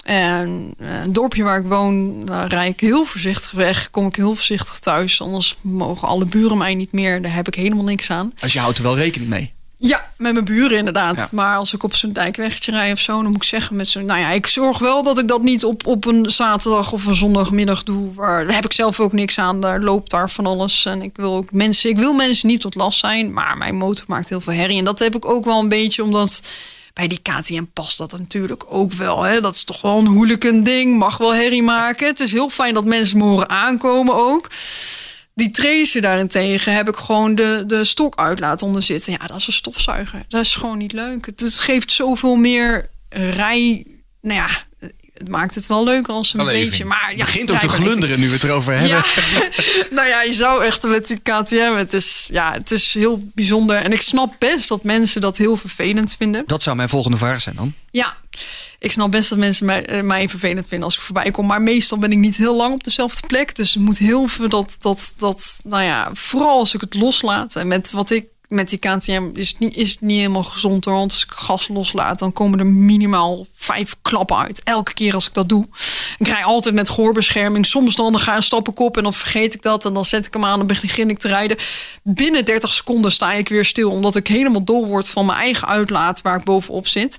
En een dorpje waar ik woon, daar rijd ik heel voorzichtig weg. Kom ik heel voorzichtig thuis. Anders mogen alle buren mij niet meer. Daar heb ik helemaal niks aan. Als je houdt er wel rekening mee. Ja, met mijn buren inderdaad. Ja. Maar als ik op zo'n dijkweggetje rij of zo, dan moet ik zeggen met zo'n... Nou ja, ik zorg wel dat ik dat niet op, op een zaterdag of een zondagmiddag doe. Waar, daar heb ik zelf ook niks aan. Daar loopt daar van alles. En ik wil ook mensen... Ik wil mensen niet tot last zijn. Maar mijn motor maakt heel veel herrie. En dat heb ik ook wel een beetje omdat... Bij die K T M past dat natuurlijk ook wel. Hè? Dat is toch wel een hooligan ding. Mag wel herrie maken. Het is heel fijn dat mensen me horen aankomen ook. Die Tracer daarentegen heb ik gewoon de, de stok uit laten onder zitten. Ja, dat is een stofzuiger. Dat is gewoon niet leuk. Het, het geeft zoveel meer rij... Nou ja, het maakt het wel leuk als een Beleving. beetje. Maar ja, Het begint ook te rijbeleving. glunderen nu we het erover hebben. Ja, nou ja, je zou echt met die K T M... Het is, ja, het is heel bijzonder. En ik snap best dat mensen dat heel vervelend vinden. Dat zou mijn volgende vraag zijn dan. Ja, ik snap best dat mensen mij, eh, mij vervelend vinden als ik voorbij kom. Maar meestal ben ik niet heel lang op dezelfde plek. Dus het moet heel veel dat, dat, dat... Nou ja, vooral als ik het loslaat. En met wat ik met die K T M is het niet, is het niet helemaal gezond hoor. Want als ik gas loslaat, dan komen er minimaal vijf klappen uit. Elke keer als ik dat doe. Ik rij altijd met gehoorbescherming. Soms dan, dan ga ik stap ik op en dan vergeet ik dat. En dan zet ik hem aan en begin ik te rijden. Binnen dertig seconden sta ik weer stil. Omdat ik helemaal dol word van mijn eigen uitlaat waar ik bovenop zit.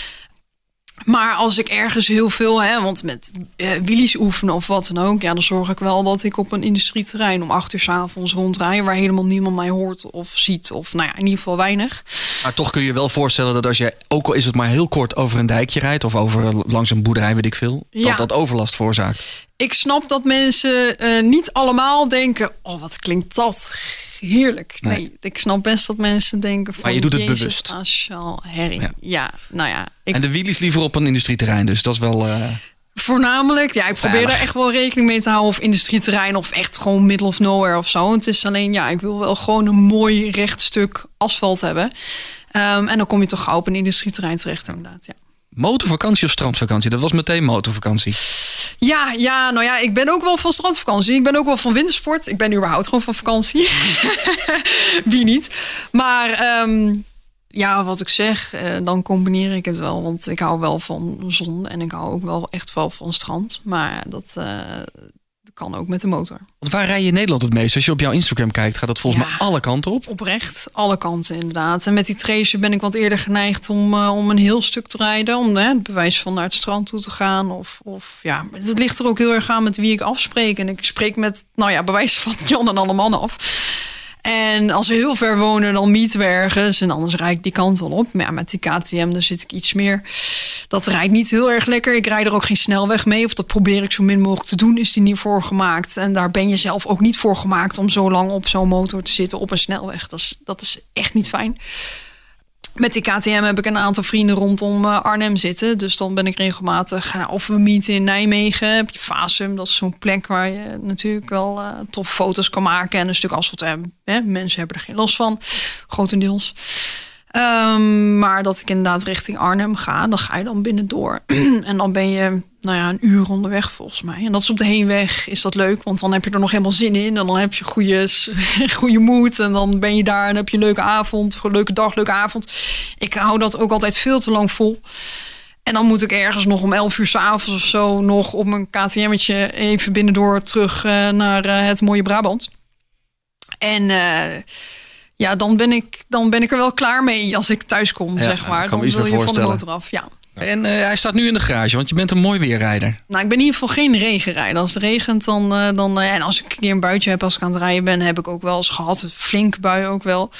Maar als ik ergens heel veel, hè, want met uh, wheelies oefenen of wat dan ook, ja, dan zorg ik wel dat ik op een industrieterrein om acht uur 's avonds rondrij, waar helemaal niemand mij hoort of ziet, of nou ja, in ieder geval weinig. Maar toch kun je wel voorstellen dat als je, ook al is het maar heel kort, over een dijkje rijdt of over langs een boerderij, weet ik veel, Ja. dat dat overlast veroorzaakt. Ik snap dat mensen uh, niet allemaal denken, oh, wat klinkt dat heerlijk. Nee, Nee. ik snap best dat mensen denken van, Maar je doet het Jezus, bewust. Asjal, herrie. Ja. Ja. nou ja. Ik, En de wheelies liever op een industrieterrein, dus dat is wel... uh, Voornamelijk, ja, ik probeer Veilig. daar echt wel rekening mee te houden. Of industrieterrein of echt gewoon middle of nowhere of zo. Het is alleen, ja, ik wil wel gewoon een mooi recht stuk asfalt hebben. Um, en dan kom je toch gauw op een industrieterrein terecht inderdaad, ja. Motorvakantie of strandvakantie? Dat was meteen motorvakantie. Ja, ja, nou ja, ik ben ook wel van strandvakantie. Ik ben ook wel van wintersport. Ik ben überhaupt gewoon van vakantie. Wie niet? Maar um, ja, wat ik zeg, uh, dan combineer ik het wel. Want ik hou wel van zon en ik hou ook wel echt wel van strand. Maar dat, uh, dat kan ook met de motor. Want waar rij je in Nederland het meest? Als je op jouw Instagram kijkt, gaat dat volgens Ja. mij alle kanten op. Oprecht, alle kanten inderdaad. En met die Tracer ben ik wat eerder geneigd om, uh, om een heel stuk te rijden. Om hè, het bewijs van naar het strand toe te gaan. Of, of ja, het ligt er ook heel erg aan met wie ik afspreek. En ik spreek met, nou ja, bewijs van Jan en alle mannen af. En als we heel ver wonen, dan mieten we ergens. En anders rijd ik die kant wel op. Maar ja, met die K T M, daar zit ik iets meer. Dat rijdt niet heel erg lekker. Ik rijd er ook geen snelweg mee. Of dat probeer ik zo min mogelijk te doen. Is die niet voor gemaakt. En daar ben je zelf ook niet voor gemaakt om zo lang op zo'n motor te zitten op een snelweg. Dat is, dat is echt niet fijn. Met die K T M heb ik een aantal vrienden rondom Arnhem zitten. Dus dan ben ik regelmatig... Nou, of we meeten in Nijmegen. Heb je Fasum, dat is zo'n plek waar je natuurlijk wel uh, top foto's kan maken. En een stuk asfalt hebben. Hè? Mensen hebben er geen last van, grotendeels. Um, maar dat ik inderdaad richting Arnhem ga, dan ga je dan binnendoor. En dan ben je nou ja, een uur onderweg volgens mij. En dat is op de heenweg, is dat leuk. Want dan heb je er nog helemaal zin in. En dan heb je goede, goede moed. En dan ben je daar en heb je een leuke avond. Een leuke dag, leuke avond. Ik hou dat ook altijd veel te lang vol. En dan moet ik ergens nog om elf uur 's avonds of zo... nog op mijn K T M'tje even binnendoor terug uh, naar uh, het mooie Brabant. En... Uh, Ja, dan ben, ik, dan ben ik er wel klaar mee als ik thuis kom, Ja, zeg maar. kan me Dan iets wil bij je van de voorstellen. motor af, ja. En uh, hij staat nu in de garage, want je bent een mooi weerrijder. Nou, ik ben in ieder geval geen regenrijder. Als het regent, dan... Uh, dan uh, en als ik een keer een buitje heb als ik aan het rijden ben... heb ik ook wel eens gehad. Flink bui ook wel.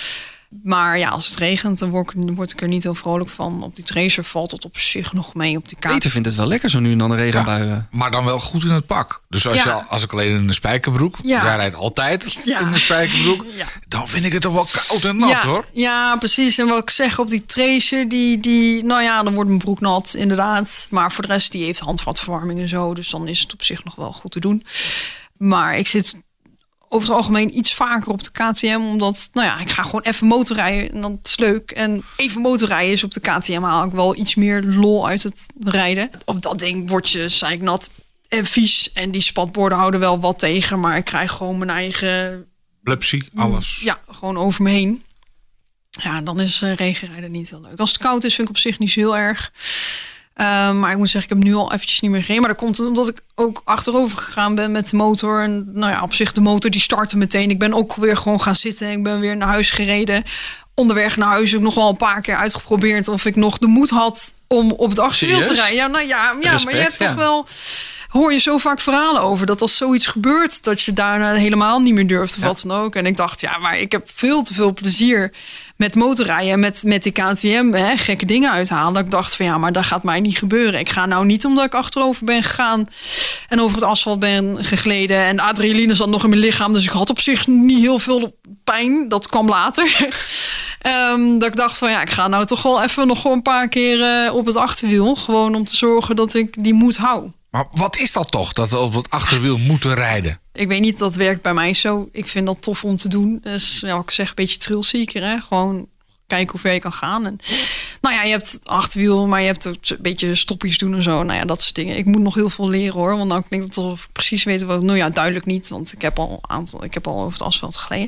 Maar ja, als het regent, dan word ik, word ik er niet heel vrolijk van. Op die tracer valt het op zich nog mee. Op die kaart. Peter vindt het wel lekker zo nu en dan de regenbuien. Ja, maar dan wel goed in het pak. Dus als, Ja. je, als ik alleen in een spijkerbroek... Ja. Jij rijdt altijd Ja. in een spijkerbroek. Ja. Dan vind ik het toch wel koud en nat, ja, hoor. Ja, precies. En wat ik zeg op die tracer, die, die, nou ja, dan wordt mijn broek nat, inderdaad. Maar voor de rest, die heeft handvatverwarming en zo. Dus dan is het op zich nog wel goed te doen. Maar ik zit over het algemeen iets vaker op de K T M. Omdat, nou ja, ik ga gewoon even motorrijden en dat is leuk. En even motorrijden is op de K T M haal ik wel iets meer lol uit het rijden. Op dat ding word je zeiknat en vies. En die spatborden houden wel wat tegen. Maar ik krijg gewoon mijn eigen... Blupsie, alles. Ja, gewoon over me heen. Ja, dan is uh, regenrijden niet heel leuk. Als het koud is, vind ik op zich niet zo heel erg. Uh, maar ik moet zeggen, ik heb nu al eventjes niet meer gereden. Maar dat komt omdat ik ook achterover gegaan ben met de motor. En nou ja, op zich de motor die startte meteen. Ik ben ook weer gewoon gaan zitten. Ik ben weer naar huis gereden. Onderweg naar huis heb ik nog wel een paar keer uitgeprobeerd of ik nog de moed had om op het achterwiel te Serieus? rijden. Ja, nou ja, ja Respect, maar je hebt ja. toch wel... Hoor je zo vaak verhalen over dat als zoiets gebeurt, dat je daarna helemaal niet meer durft of Ja. wat dan ook. En ik dacht, ja, maar ik heb veel te veel plezier met motorrijden, met, met die K T M, hè, gekke dingen uithalen. Dat ik dacht van ja, maar dat gaat mij niet gebeuren. Ik ga nou niet omdat ik achterover ben gegaan en over het asfalt ben gegleden. En de adrenaline zat nog in mijn lichaam, dus ik had op zich niet heel veel pijn. Dat kwam later. Um, dat ik dacht van ja, ik ga nou toch wel even nog gewoon een paar keer uh, op het achterwiel. Gewoon om te zorgen dat ik die moed hou. Maar wat is dat toch, dat we op het achterwiel moeten rijden? Ik weet niet, dat werkt bij mij zo. Ik vind dat tof om te doen. Dus ja, ik zeg een beetje thrillseeker, hè. Gewoon kijken hoe ver je kan gaan. En, nou ja, je hebt het achterwiel, maar je hebt ook een beetje stopjes doen en zo. Nou ja, dat soort dingen. Ik moet nog heel veel leren, hoor. Want nou klinkt het alsof ik precies weet wat... Nou ja, duidelijk niet, want ik heb al een aantal... Ik heb al over het asfalt gereden.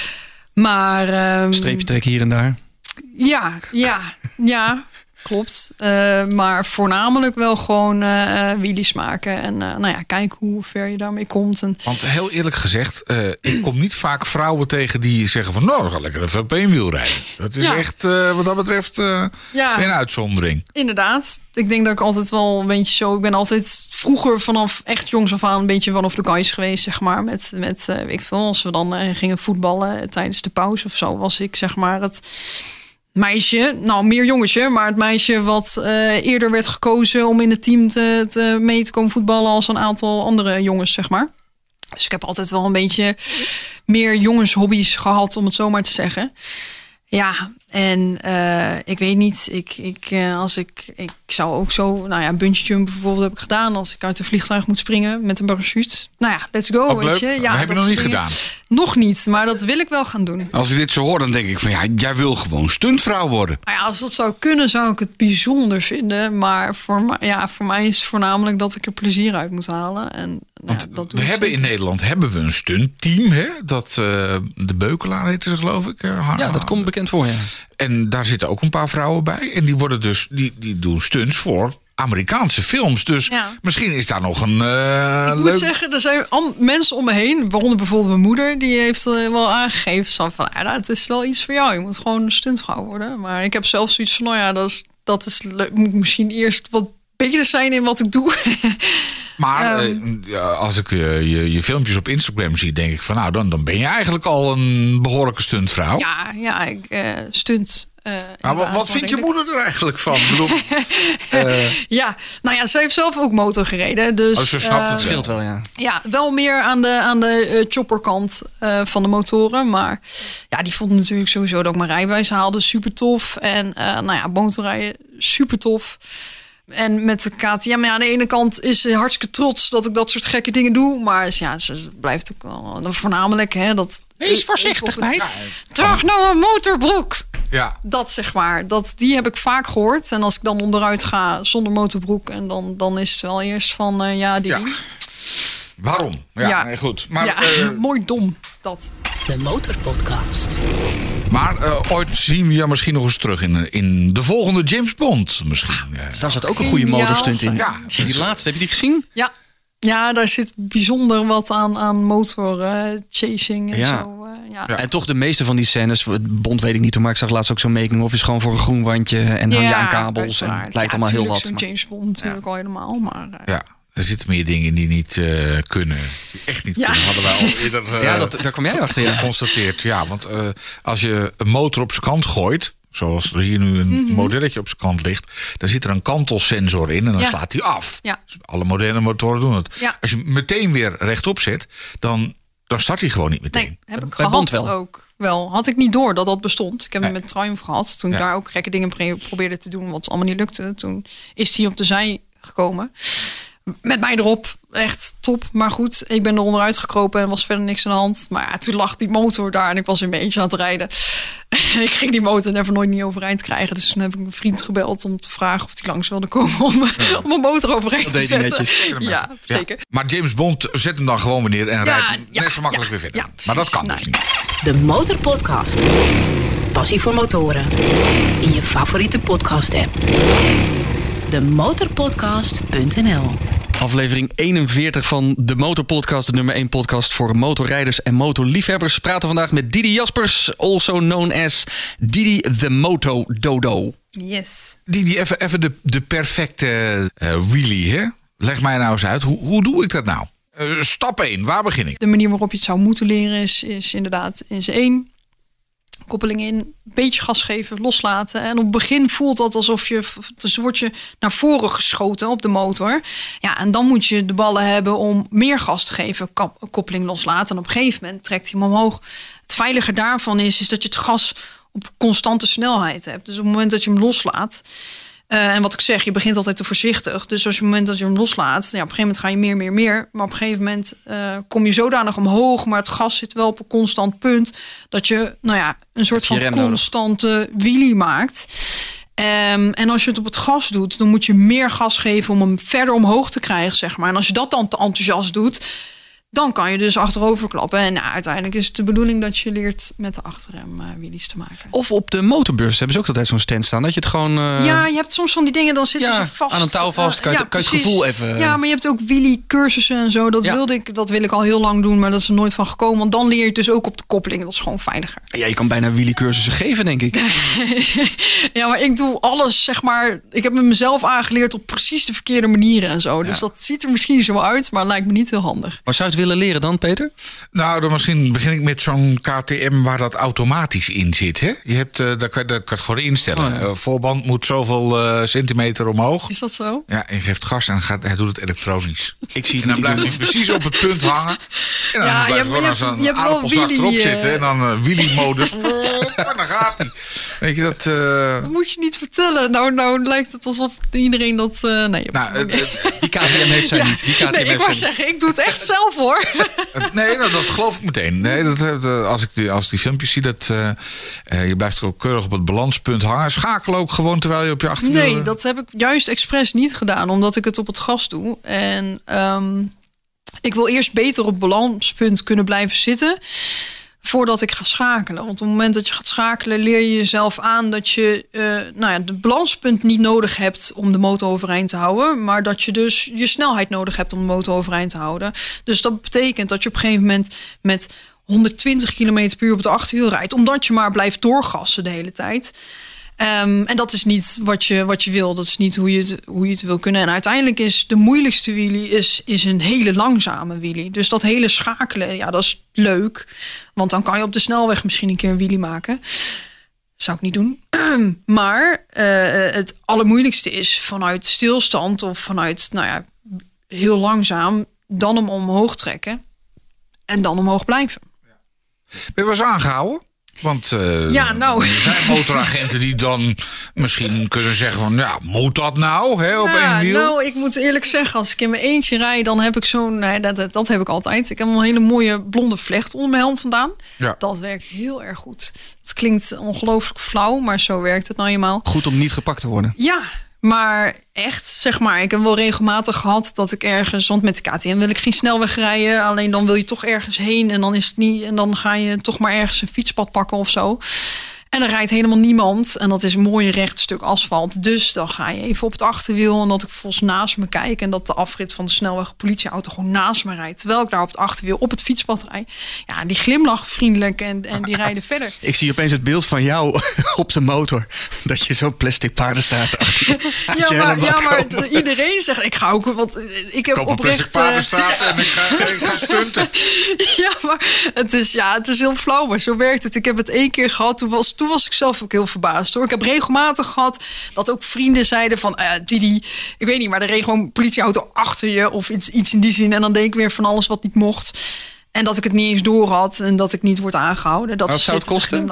Maar... Um, Streepje trekken hier en daar. Ja, ja, ja. Klopt. Uh, maar voornamelijk wel gewoon uh, wheelies maken. En uh, nou ja, kijken hoe ver je daarmee komt. En... Want heel eerlijk gezegd, uh, ik kom niet vaak vrouwen tegen die zeggen van nou, ga lekker even op één wiel rijden. Dat is Ja. echt uh, wat dat betreft uh, Ja. een uitzondering. Inderdaad. Ik denk dat ik altijd wel een beetje zo... Ik ben altijd vroeger vanaf echt jongs af aan een beetje one of the guys geweest, zeg maar. Met, met uh, weet ik veel, als we dan uh, gingen voetballen tijdens de pauze of zo, was ik zeg maar het... meisje, nou meer jongetje, maar het meisje wat uh, eerder werd gekozen om in het team te, te mee te komen voetballen als een aantal andere jongens, zeg maar. Dus ik heb altijd wel een beetje meer jongenshobby's gehad, om het zo maar te zeggen. Ja, en uh, ik weet niet, ik, ik, uh, als ik, ik zou ook zo, nou ja, bungee jump bijvoorbeeld heb ik gedaan als ik uit een vliegtuig moet springen met een parachute. Nou ja, let's go, Ook weet leuk, je. maar Ja, heb je dat nog niet soort dingen. gedaan? Nog niet, maar dat wil ik wel gaan doen. Als ik dit zo hoor, dan denk ik van ja, jij wil gewoon stuntvrouw worden. Nou ja, als dat zou kunnen, zou ik het bijzonder vinden. Maar voor, mij, ja, voor mij is het voornamelijk dat ik er plezier uit moet halen. En, nou, Want ja, dat doe we ik hebben zeker. in Nederland hebben we een stuntteam, hè? Dat uh, de Beukelaar heette ze, geloof ik. Uh, Ja, dat komt bekend voor, ja. En daar zitten ook een paar vrouwen bij. En die worden dus, die, die doen stunts voor Amerikaanse films. Dus Ja. misschien is daar nog een uh, Ik leuk... moet zeggen, er zijn am- mensen om me heen, waaronder bijvoorbeeld mijn moeder, die heeft uh, wel aangegeven zo van, ja, het is wel iets voor jou. Je moet gewoon een stuntvrouw worden. Maar ik heb zelf zoiets van, nou ja, dat is, dat is leuk. Moet ik misschien eerst wat beter zijn in wat ik doe. Maar Um, uh, ja, als ik uh, je, je filmpjes op Instagram zie, denk ik van nou, dan, dan ben je eigenlijk al een behoorlijke stuntvrouw. ja, ja, ik uh, stunt. Uh, Maar wat, inderdaad wat wel vindt je redelijk. moeder er eigenlijk van? Ik bedoel, uh, Ja, nou ja, ze heeft zelf ook motor gereden. Dus, Oh, ze snapt het uh, wel. Scheelt wel, ja. Ja, wel meer aan de, aan de uh, chopperkant uh, van de motoren. Maar ja, die vond natuurlijk sowieso dat ik mijn rijbewijs haalde super tof. En uh, nou ja, motorrijden super tof. En met de K T M, ja, aan de ene kant is ze hartstikke trots dat ik dat soort gekke dingen doe. Maar ja, ze blijft ook wel dan voornamelijk, hè, dat... Wees voorzichtig, meid. Draag nou een motorbroek! ja. Dat zeg maar, dat, die heb ik vaak gehoord. En als ik dan onderuit ga zonder motorbroek, en dan, dan is het wel eerst van, uh, ja, die... Ja. Waarom? Ja, Ja. Nee, goed. Maar, ja, uh, mooi dom, dat. De Motorpodcast. maar uh, ooit zien we je misschien nog eens terug in, in de volgende James Bond. Misschien. Uh, Daar zat ook een goede Geniaal motorstunt in. Ja. Die laatste, heb je die gezien? Ja, ja, daar zit bijzonder wat aan, aan motor uh, chasing en Ja. zo. Uh, ja. Ja. En toch de meeste van die scènes, Bond weet ik niet hoe, maar ik zag laatst ook zo'n making-of, is gewoon voor een groen wandje en hang je aan kabels. En uiteraard. het lijkt Ja, allemaal heel tuurlijk, wat. Zo'n maar- James Bond natuurlijk al helemaal, maar uh, ja. Er zitten meer dingen die niet uh, kunnen. Die echt niet Ja. kunnen. Hadden wij al eerder uh, Ja, dat, daar kom jij achter. Ja. geconstateerd. Ja, want uh, als je een motor op zijn kant gooit, zoals er hier nu een mm-hmm. modelletje op zijn kant ligt, dan zit er een kantelsensor in en dan Ja. slaat hij af. Ja. Dus alle moderne motoren doen het. Ja. Als je hem meteen weer rechtop zet, dan, dan start hij gewoon niet meteen. Nee, heb ik Bij Bond gehad wel. ook. Wel, had ik niet door dat dat bestond. Ik heb hem Nee. met Triumph gehad. Toen Ja. ik daar ook gekke dingen pre- probeerde te doen, wat allemaal niet lukte. Toen is hij op de zij gekomen. Met mij erop. Echt top. Maar goed, ik ben er onderuit gekropen en was verder niks aan de hand. Maar ja, toen lag die motor daar en ik was in mijn eentje aan het rijden. En ik ging die motor never nooit niet overeind krijgen. Dus toen heb ik mijn vriend gebeld om te vragen of hij langs wilde komen om, ja. om mijn motor overeind Dat te deed hij zetten. netjes. Ja, zeker. Maar James Bond zet hem dan gewoon weer neer en rijdt ja, net zo makkelijk ja, weer verder. ja, maar dat precies. kan dus Nee. niet. De Motorpodcast. Passie voor motoren. In je favoriete podcast app. de motorpodcast punt n l. Aflevering eenenveertig van de Motorpodcast, de nummer één podcast voor motorrijders en motorliefhebbers. We praten vandaag met Didi Jaspers, also known as Didi the Moto Dodo. Yes. Die, die even, even de, de perfecte uh, wheelie, hè? Leg mij nou eens uit. Hoe, hoe doe ik dat nou? Uh, stap één, waar begin ik? De manier waarop je het zou moeten leren is, is inderdaad is één. Koppeling in, een beetje gas geven, loslaten. En op het begin voelt dat alsof je, dus word je naar voren geschoten op de motor. Ja, en dan moet je de ballen hebben om meer gas te geven, kap, koppeling loslaten. En op een gegeven moment trekt hij hem omhoog. Het veilige daarvan is, is dat je het gas op constante snelheid hebt. Dus op het moment dat je hem loslaat. Uh, en wat ik zeg, je begint altijd te voorzichtig. Dus als je op het moment dat je hem loslaat, ja, op een gegeven moment ga je meer, meer, meer. Maar op een gegeven moment uh, kom je zodanig omhoog, maar het gas zit wel op een constant punt, dat je, nou ja, een soort van constante wheelie maakt. Um, en als je het op het gas doet, dan moet je meer gas geven om hem verder omhoog te krijgen, zeg maar. En als je dat dan te enthousiast doet, dan kan je dus achterover klappen. En nou, uiteindelijk is het de bedoeling dat je leert met de achterrem uh, wheelies te maken. Of op de motorbeurs hebben ze ook altijd zo'n stand staan. Dat je het gewoon... Uh... Ja, je hebt soms van die dingen, dan zitten ja, ze vast. aan een touw vast, kan je, uh, ja, kan je het precies. gevoel even... Ja, maar je hebt ook wheelie cursussen en zo. Dat, ja. wilde ik, dat wil ik al heel lang doen, maar dat is er nooit van gekomen. Want dan leer je het dus ook op de koppeling. Dat is gewoon veiliger. Ja, je kan bijna wheelie cursussen geven, denk ik. Ja, maar ik doe alles, zeg maar... Ik heb me mezelf aangeleerd op precies de verkeerde manieren en zo. Dus ja. Dat ziet er misschien zo uit, maar lijkt me niet heel handig. Maar zou je het willen leren dan, Peter? Nou, dan misschien begin ik met zo'n K T M waar dat automatisch in zit. Hè? Je hebt, uh, dat, kan, dat kan je gewoon instellen. Oh, ja. uh, voorband moet zoveel uh, centimeter omhoog. Is dat zo? Ja, en je geeft gas en gaat, hij doet het elektronisch. Ik zie en dan blijft hij precies op het punt hangen. En dan ja, blijft hij gewoon als een aardappelzak erop uh... zitten. En dan uh, wheelie-modus. En dan gaat hij. Weet je dat... Uh... Dat moet je niet vertellen. Nou, nou lijkt het alsof iedereen dat... Uh, nee, nou, uh, die K T M heeft zij ja. niet. Die K T M nee, ik wou zeggen, ik doe het echt zelf hoor. Nee, nou, dat geloof ik meteen. Nee, dat, dat, als, ik die, als ik die filmpjes zie, dat uh, uh, je blijft er ook keurig op het balanspunt hangen. Schakel ook gewoon terwijl je op je achterwiel... Nee, dat heb ik juist expres niet gedaan, omdat ik het op het gas doe. En um, ik wil eerst beter op balanspunt kunnen blijven zitten voordat ik ga schakelen. Want op het moment dat je gaat schakelen, leer je jezelf aan dat je uh, nou ja, de balanspunt niet nodig hebt om de motor overeind te houden, maar dat je dus je snelheid nodig hebt om de motor overeind te houden. Dus dat betekent dat je op een gegeven moment met honderdtwintig kilometer per uur op het achterwiel rijdt, omdat je maar blijft doorgassen de hele tijd. Um, en dat is niet wat je, wat je wil. Dat is niet hoe je, het, hoe je het wil kunnen. En uiteindelijk is de moeilijkste wheelie is, is een hele langzame wheelie. Dus dat hele schakelen, ja, dat is leuk. Want dan kan je op de snelweg misschien een keer een wheelie maken. Zou ik niet doen. Maar uh, het allermoeilijkste is vanuit stilstand of vanuit, nou ja, heel langzaam, dan hem omhoog trekken en dan omhoog blijven. Ben je wel eens aangehouden? Want uh, ja, nou. er zijn motoragenten die dan misschien kunnen zeggen van... ja, moet dat nou, hè, op ja, één wiel? Nou, ik moet eerlijk zeggen, als ik in mijn eentje rijd... dan heb ik zo'n... Nee, dat, dat, dat heb ik altijd. Ik heb een hele mooie blonde vlecht onder mijn helm vandaan. Ja. Dat werkt heel erg goed. Het klinkt ongelooflijk flauw, maar zo werkt het nou eenmaal. Goed om niet gepakt te worden. Ja, maar echt, zeg maar, ik heb wel regelmatig gehad dat ik ergens... want met de K T M wil ik geen snelweg rijden. Alleen dan wil je toch ergens heen en dan is het niet... en dan ga je toch maar ergens een fietspad pakken of zo. En er rijdt helemaal niemand. En dat is een mooi recht stuk asfalt. Dus dan ga je even op het achterwiel. En dat ik volgens naast me kijk. En dat de afrit van de snelweg politieauto gewoon naast me rijdt. Terwijl ik daar op het achterwiel op het fietspad rijd. Ja, die glimlachen vriendelijk en, en die rijden verder. Ik zie opeens het beeld van jou op de motor. Dat je zo'n plastic paardenstaart achter ja, maar, ja, maar het, iedereen zegt... Ik ga ook... Want ik heb Koop oprecht... een plastic paardenstaart en ik ga, ik ga stunten. Ja, maar het is, ja, het is heel flauw. Maar zo werkt het. Ik heb het één keer gehad. Toen was, toen was ik zelf ook heel verbaasd, hoor. Ik heb regelmatig gehad dat ook vrienden zeiden van... Uh, Didi, ik weet niet, maar er reed gewoon een politieauto achter je... of iets, iets in die zin. En dan deed ik weer van alles wat niet mocht. En dat ik het niet eens door had. En dat ik niet word aangehouden. Dat wat zou het kosten?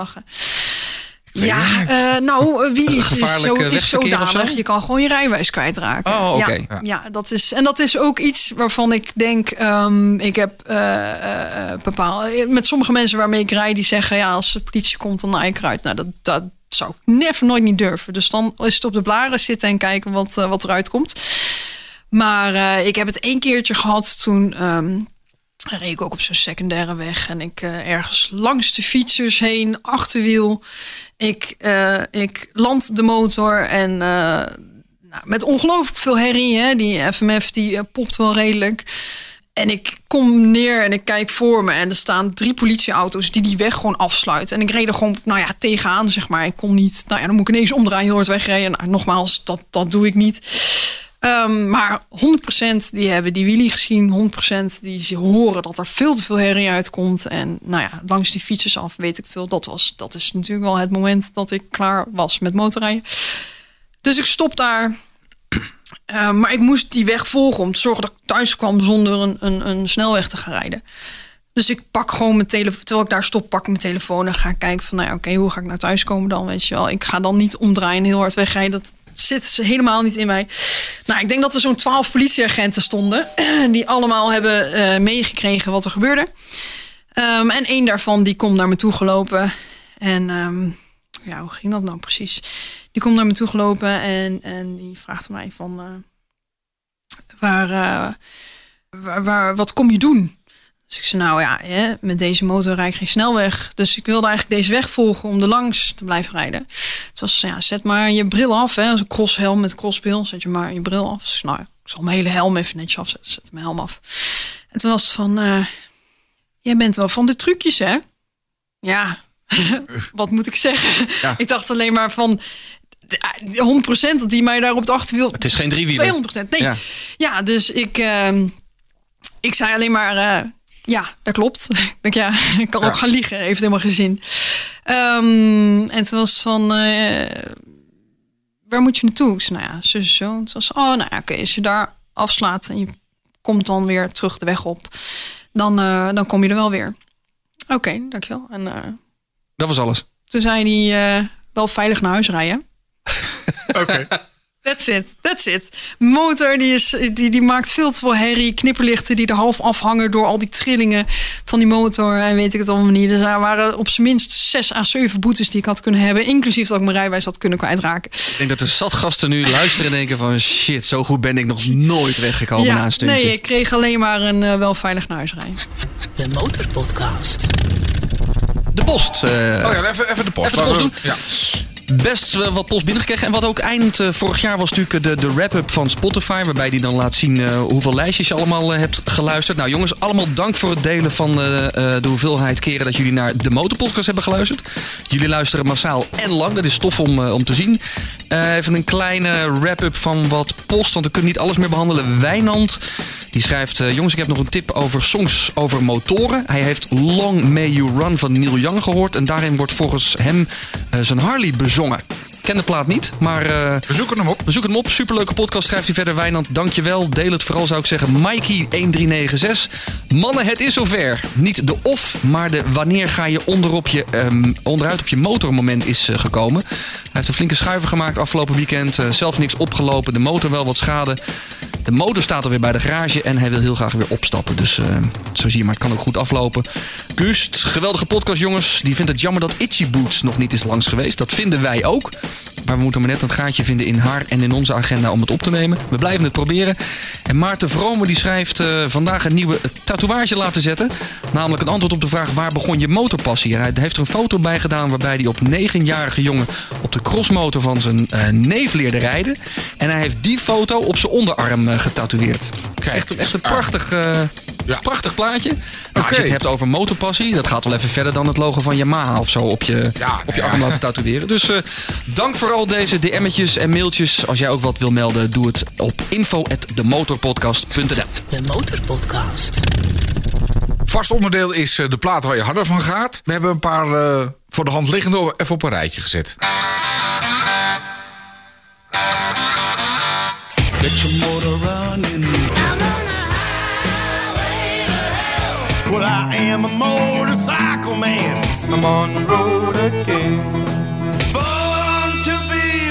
Ja, uh, nou, wheelies is, zo, is zodanig. Zo? Je kan gewoon je rijbewijs kwijtraken. Oh, oké. Okay. Ja, ja, dat is, en dat is ook iets waarvan ik denk... Um, ik heb uh, uh, bepaald... Met sommige mensen waarmee ik rijd, die zeggen... ja, als de politie komt, dan naai ik eruit. Nou, dat, dat zou ik never, nooit niet durven. Dus dan is het op de blaren zitten en kijken wat, uh, wat eruit komt. Maar uh, ik heb het één keertje gehad toen... Um, reed ik ook op zo'n secundaire weg. En ik uh, ergens langs de fietsers heen, achterwiel. Ik, uh, ik land de motor en uh, nou, met ongelooflijk veel herrie. Hè? Die F M F die uh, popt wel redelijk. En ik kom neer en ik kijk voor me. En er staan drie politieauto's die die weg gewoon afsluiten. En ik reed er gewoon nou ja, tegenaan, zeg maar. Ik kon niet... Nou ja, dan moet ik ineens omdraaien, heel hard wegrijden. Nou, nogmaals, dat, dat doe ik niet. Um, maar honderd procent die hebben die wheelie gezien. honderd procent die horen dat er veel te veel herrie uitkomt. En nou ja, langs die fietsers af weet ik veel. Dat, was, dat is natuurlijk wel het moment dat ik klaar was met motorrijden. Dus ik stop daar. Uh, maar ik moest die weg volgen om te zorgen dat ik thuis kwam zonder een, een, een snelweg te gaan rijden. Dus ik pak gewoon mijn telefoon. Terwijl ik daar stop, pak ik mijn telefoon en ga kijken van... nou ja, oké, okay, hoe ga ik naar thuis komen dan? Weet je wel, ik ga dan niet omdraaien en heel hard wegrijden. Dat zit helemaal niet in mij. Nou, ik denk dat er zo'n twaalf politieagenten stonden... die allemaal hebben uh, meegekregen wat er gebeurde. Um, en één daarvan die komt naar me toe gelopen. En um, ja, hoe ging dat nou precies? Die komt naar me toe gelopen en, en die vraagt mij van... Uh, waar, uh, waar, waar, wat kom je doen? Dus ik zei, nou ja, hè, met deze motor rijd ik geen snelweg. Dus ik wilde eigenlijk deze weg volgen om er langs te blijven rijden. Het was, ja, zet maar je bril af. Hè. Zo'n crosshelm met crossbril, zet je maar je bril af. Dus nou, ik zal mijn hele helm even netjes afzetten. Zet mijn helm af. En toen was het van, uh, jij bent wel van de trucjes, hè? Ja, wat moet ik zeggen? Ja. Ik dacht alleen maar van... honderd procent dat die mij daar op het achterwiel... Het is geen driewieler. tweehonderd procent, nee. Ja, ja dus ik, uh, ik zei alleen maar... Uh, ja, dat klopt. Ik denk, ja, ik kan ja. ook gaan liegen. Heeft helemaal geen zin. Um, en toen was het van... Uh, waar moet je naartoe? Ik zei, nou ja, zo zo. Het was, oh, nou ja, oké. Okay, als je daar afslaat en je komt dan weer terug de weg op... dan, uh, dan kom je er wel weer. Oké, okay, dankjewel. En, uh, dat was alles. Toen zei hij uh, wel veilig naar huis rijden. Oké. Okay. That's it, that's it. Motor die, is, die, die maakt veel te veel herrie. Knipperlichten die er half afhangen door al die trillingen van die motor. En weet ik het allemaal niet. Dus er waren op zijn minst zes à zeven boetes die ik had kunnen hebben. Inclusief dat ik mijn rijbewijs had kunnen kwijtraken. Ik denk dat er zat gasten nu luisteren en denken van... shit, zo goed ben ik nog nooit weggekomen ja, na een stuntje. Nee, ik kreeg alleen maar een uh, wel veilig naar huis rijden. De Motorpodcast. De post. Uh, oh ja, even, even de post. Even de post doen. Ja. Best uh, wat post binnengekregen. En wat ook eind uh, vorig jaar was natuurlijk de, de wrap-up van Spotify. Waarbij die dan laat zien uh, hoeveel lijstjes je allemaal uh, hebt geluisterd. Nou jongens, allemaal dank voor het delen van uh, uh, de hoeveelheid keren dat jullie naar de Motorpodcast hebben geluisterd. Jullie luisteren massaal en lang. Dat is tof om, uh, om te zien. Uh, even een kleine wrap-up van wat post. Want we kunnen niet alles meer behandelen. Wijnand. Die schrijft, uh, jongens, ik heb nog een tip over songs over motoren. Hij heeft Long May You Run van Neil Young gehoord. En daarin wordt volgens hem uh, zijn Harley bezongen. Ik ken de plaat niet, maar... Uh, we zoeken hem op. We zoeken hem op. Superleuke podcast, schrijft hij verder. Wijnand, dankjewel. Deel het vooral, zou ik zeggen. Mikey een drie negen zes. Mannen, het is zover. Niet de of, maar de wanneer ga je onderop je, um, onderuit op je motor moment is uh, gekomen. Hij heeft een flinke schuiver gemaakt afgelopen weekend. Uh, zelf niks opgelopen. De motor wel wat schade. De motor staat alweer bij de garage en hij wil heel graag weer opstappen. Dus uh, zo zie je, maar het kan ook goed aflopen. Gust, geweldige podcast jongens. Die vindt het jammer dat Itchy Boots nog niet is langs geweest. Dat vinden wij ook. Maar we moeten maar net een gaatje vinden in haar en in onze agenda om het op te nemen. We blijven het proberen. En Maarten Vrome die schrijft uh, vandaag een nieuwe tatoeage laten zetten. Namelijk een antwoord op de vraag waar begon je motorpassie. En hij heeft er een foto bij gedaan waarbij hij op negenjarige jongen op de crossmotor van zijn uh, neef leerde rijden. En hij heeft die foto op zijn onderarm uh, getatoeëerd. Kijk, echt, echt een prachtig, uh, ja. prachtig plaatje. Nou, okay. Als je het hebt over motorpassie, dat gaat wel even verder dan het logo van Yamaha of zo op je, ja, op je ja. arm laten tatoeëren. Dus uh, dank voor al deze D M'tjes en mailtjes. Als jij ook wat wil melden, doe het op info at de motorpodcast punt n l. De Motorpodcast. Vast onderdeel is de plaat waar je harder van gaat. We hebben een paar uh, voor de hand liggende even op een rijtje gezet. Get your motor running. I'm on a highway to hell. Well, I am a motorcycle man. I'm on the road again. Born to be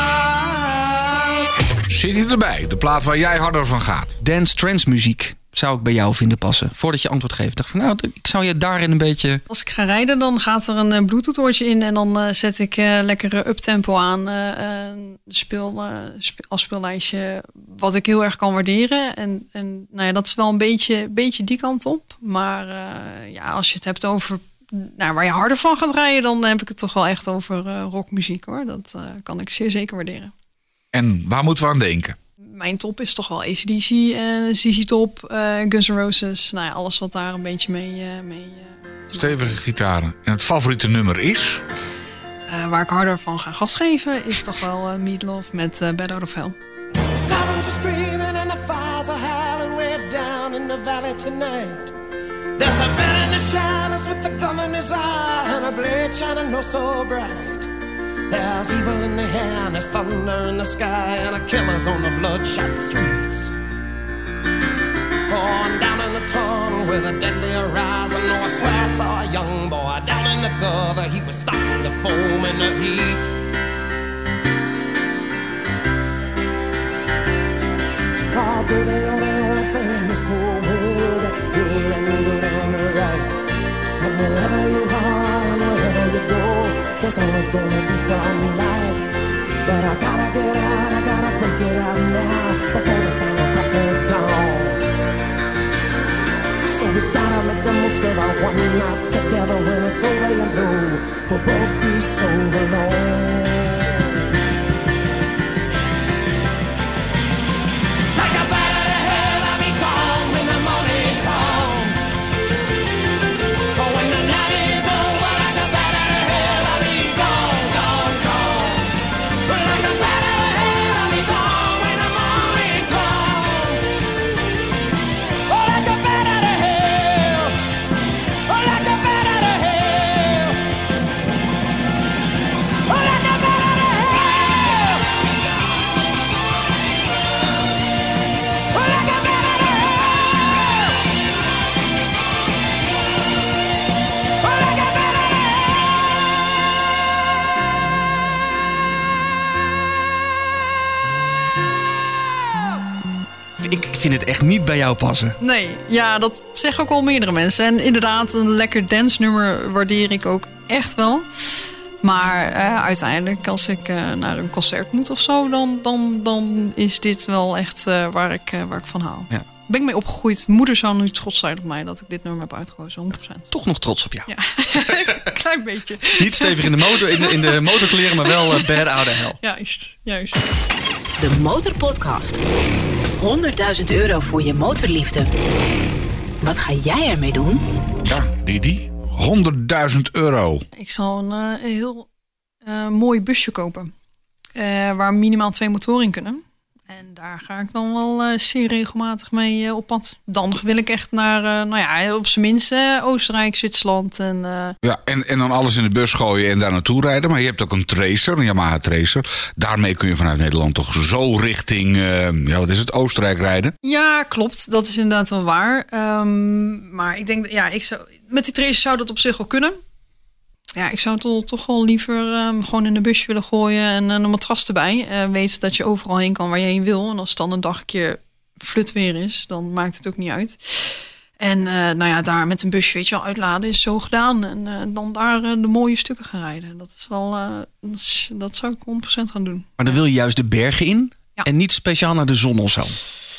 wild. Zit hij erbij? De plaat waar jij harder van gaat. Dance trance muziek zou ik bij jou vinden passen. Voordat je antwoord geeft. Dacht ik, nou, ik zou je daarin een beetje... Als ik ga rijden, dan gaat er een uh, Bluetooth-oortje in. En dan uh, zet ik uh, lekkere uptempo aan. Uh, uh, speel, uh, spe- als speellijstje. Wat ik heel erg kan waarderen. En, en nou ja, dat is wel een beetje, beetje die kant op. Maar uh, ja, als je het hebt over... Nou, waar je harder van gaat rijden, dan heb ik het toch wel echt over uh, rockmuziek, hoor. Dat uh, kan ik zeer zeker waarderen. En waar moeten we aan denken? Mijn top is toch wel A C D C, uh, Z Z Top, uh, Guns N' Roses. Nou ja, alles wat daar een beetje mee... Uh, mee uh, Stevige gitaren. En het favoriete nummer is? Uh, waar ik harder van ga gas geven is toch wel uh, Meatloaf met uh, Bad Out of Hell. The sounds are screaming and the fires are howling way down in the valley tonight. There's a man in the shadows with a gun in his eye and a blade shining oh so bright. There's evil in the air and there's thunder in the sky and a killer's on the bloodshot streets. Oh, and down in the tunnel with a deadly horizon, oh, I swear I saw a young boy down in the gutter. He was stopping the foam in the heat. Oh, baby, you're the only thing in this whole world that's pure and good and right. And wherever you are and wherever you go, there's always gonna be some light. But I gotta get out, I gotta break it out now before the final crack of dawn. So we gotta make the most of our one night together. When it's over, you know we'll both be so alone. Ik vind het echt niet bij jou passen. Nee, ja, dat zeggen ook al meerdere mensen. En inderdaad, een lekker dance-nummer waardeer ik ook echt wel. Maar uh, uiteindelijk, als ik uh, naar een concert moet of zo, dan, dan, dan is dit wel echt uh, waar, ik, uh, waar ik van hou. Ja. Ben ik mee opgegroeid. Moeder zou nu trots zijn op mij dat ik dit nummer heb uitgekozen, honderd procent. Toch nog trots op jou. Ja, een klein beetje. Niet stevig in de, motor, in de, in de motorkleren, maar wel uh, bad out of hell. Juist, juist. De Motorpodcast. honderdduizend euro voor je motorliefde. Wat ga jij ermee doen? Ja, Didi. honderdduizend euro. Ik zal een uh, heel uh, mooi busje kopen. Uh, waar minimaal twee motoren in kunnen. En daar ga ik dan wel uh, zeer regelmatig mee uh, op pad. Dan wil ik echt naar, uh, nou ja, op zijn minst uh, Oostenrijk, Zwitserland. En, uh... Ja, en, en dan alles in de bus gooien en daar naartoe rijden. Maar je hebt ook een Tracer, een Yamaha Tracer. Daarmee kun je vanuit Nederland toch zo richting, uh, ja, wat is het, Oostenrijk rijden? Ja, klopt. Dat is inderdaad wel waar. Um, maar ik denk, ja, ik zou, met die Tracer zou dat op zich wel kunnen. Ja, ik zou het toch wel liever um, gewoon in de busje willen gooien en een matras erbij. Uh, weet dat je overal heen kan waar je heen wil. En als het dan een dag een keer flut weer is, dan maakt het ook niet uit. En uh, nou ja, daar met een busje, weet je wel, uitladen is zo gedaan. En uh, dan daar uh, de mooie stukken gaan rijden. Dat is wel, uh, dat, is, dat zou ik honderd procent gaan doen. Maar dan wil je juist de bergen in ja. en niet speciaal naar de zon of zo?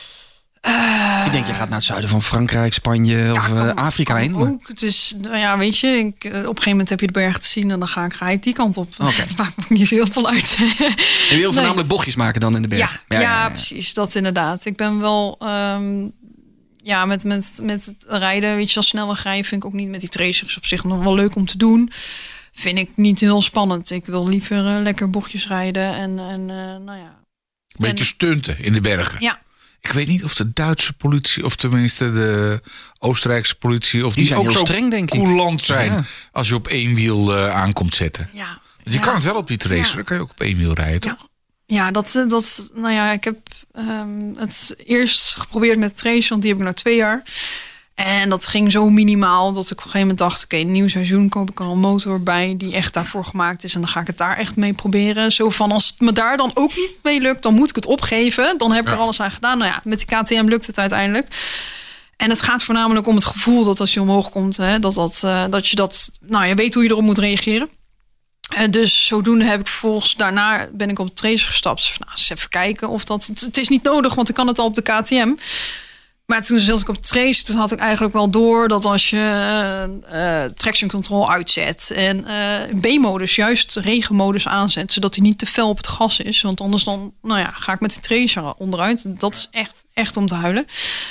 Uh, ik denk, je gaat naar het zuiden van Frankrijk, Spanje ja, of kan, Afrika heen. Maar... Ook. Het is, nou ja, weet je, ik, op een gegeven moment heb je de berg te zien en dan ga ik, ga ik die kant op. Okay. Het maakt me niet zo heel veel uit. Je wil voornamelijk nee. bochtjes maken dan in de berg. Ja, ja, ja, ja, ja, ja. precies. Dat inderdaad. Ik ben wel, um, ja, met, met, met het rijden, weet je, als snelweg rijden vind ik ook niet met die tracers op zich nog wel leuk om te doen. Vind ik niet heel spannend. Ik wil liever uh, lekker bochtjes rijden en, en uh, nou ja. Beetje en, stunten in de bergen. Ja. Ik weet niet of de Duitse politie, of tenminste de Oostenrijkse politie, of die, die zijn ook heel zo streng, denk ik. coulant zijn ja. als je op één wiel uh, aankomt zetten. Ja. Je ja. kan het wel op die tracer, ja. dan kan je ook op één wiel rijden, toch? Ja. Ja, dat, dat, nou ja, ik heb um, het eerst geprobeerd met de tracer, want die heb ik nou twee jaar. En dat ging zo minimaal dat ik op een gegeven moment dacht, oké, okay, nieuw seizoen koop ik al een motor bij die echt daarvoor gemaakt is. En dan ga ik het daar echt mee proberen. Zo van, als het me daar dan ook niet mee lukt, dan moet ik het opgeven. Dan heb ik ja. er alles aan gedaan. Nou ja, met die K T M lukt het uiteindelijk. En het gaat voornamelijk om het gevoel dat als je omhoog komt, hè, dat, dat, uh, dat je dat, nou je weet hoe je erop moet reageren. Uh, dus zodoende heb ik vervolgens, daarna ben ik op de tracer gestapt. Nou, eens even kijken of dat, het, het is niet nodig, want ik kan het al op de K T M. Maar toen zat ik op de trace, toen had ik eigenlijk wel door dat als je uh, uh, traction control uitzet en uh, B-modus, juist regenmodus aanzet, zodat hij niet te fel op het gas is. Want anders dan, nou ja, ga ik met de tracer onderuit. Dat is echt, echt om te huilen.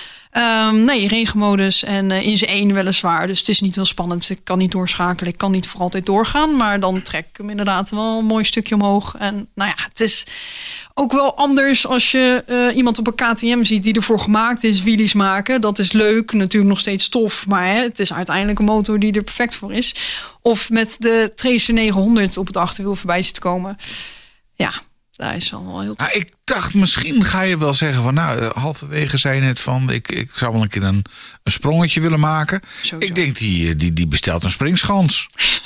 Um, nee, regenmodus en uh, in zijn één weliswaar. Dus het is niet heel spannend. Ik kan niet doorschakelen. Ik kan niet voor altijd doorgaan. Maar dan trek ik hem inderdaad wel een mooi stukje omhoog. En nou ja, het is ook wel anders als je uh, iemand op een K T M ziet die ervoor gemaakt is, wheelies maken. Dat is leuk, natuurlijk nog steeds tof. Maar hè, het is uiteindelijk een motor die er perfect voor is. Of met de Tracer negenhonderd op het achterwiel voorbij ziet komen. Ja, dat is wel heel tof. Ah, ik dacht, misschien ga je wel zeggen van, nou, halverwege zei je net van, ik, ik zou wel een keer een, een sprongetje willen maken. Sowieso. Ik denk, die, die, die bestelt een springschans.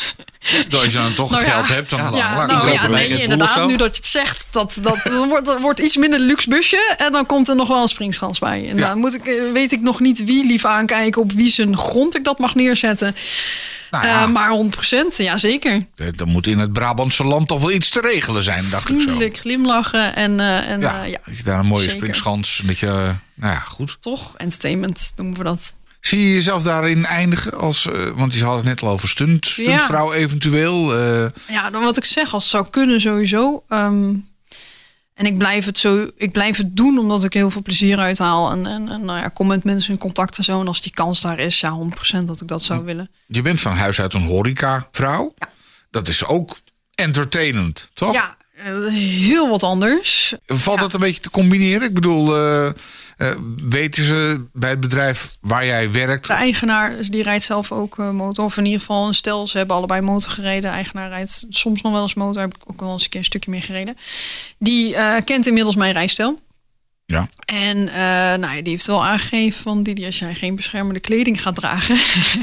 Als je dan toch nou het ja, geld hebt, dan ja, laat, ja, laat nou, ja, nee, nee, inderdaad, nu dat je het zegt, dat, dat wordt, dat wordt iets minder luxe busje. En dan komt er nog wel een springschans bij. En ja. dan moet ik, weet ik nog niet wie lief aankijken, op wie zijn grond ik dat mag neerzetten. Nou ja, uh, maar honderd procent, ja zeker. Dan moet in het Brabantse land toch wel iets te regelen zijn, dacht ik zo. Vriendelijk glimlachen en, uh, en ja, uh, ja. Dat je daar een mooie zeker. springschans, dat je, uh, nou ja, goed. Toch, entertainment noemen we dat. Zie je jezelf daarin eindigen als, uh, want je had het net al over stunt, stuntvrouw ja. eventueel. Uh... Ja, dan wat ik zeg, als het zou kunnen sowieso. Um, En ik blijf het zo, ik blijf het doen omdat ik heel veel plezier uithaal. En, en, en nou ja, kom met mensen in contact en zo. En als die kans daar is, ja, honderd procent dat ik dat zou willen. Je bent van huis uit een horecavrouw. Ja. Dat is ook entertainend, toch? Ja, heel wat anders. Valt ja. dat een beetje te combineren? Ik bedoel, uh, uh, weten ze bij het bedrijf waar jij werkt? De eigenaar, die rijdt zelf ook uh, motor. Of in ieder geval een stel, ze hebben allebei motor gereden. De eigenaar rijdt soms nog wel eens motor. Heb ik ook wel eens een keer een stukje meer gereden. Die uh, kent inmiddels mijn rijstijl. Ja. En uh, nou ja, die heeft wel aangegeven van Didi, als jij geen beschermende kleding gaat dragen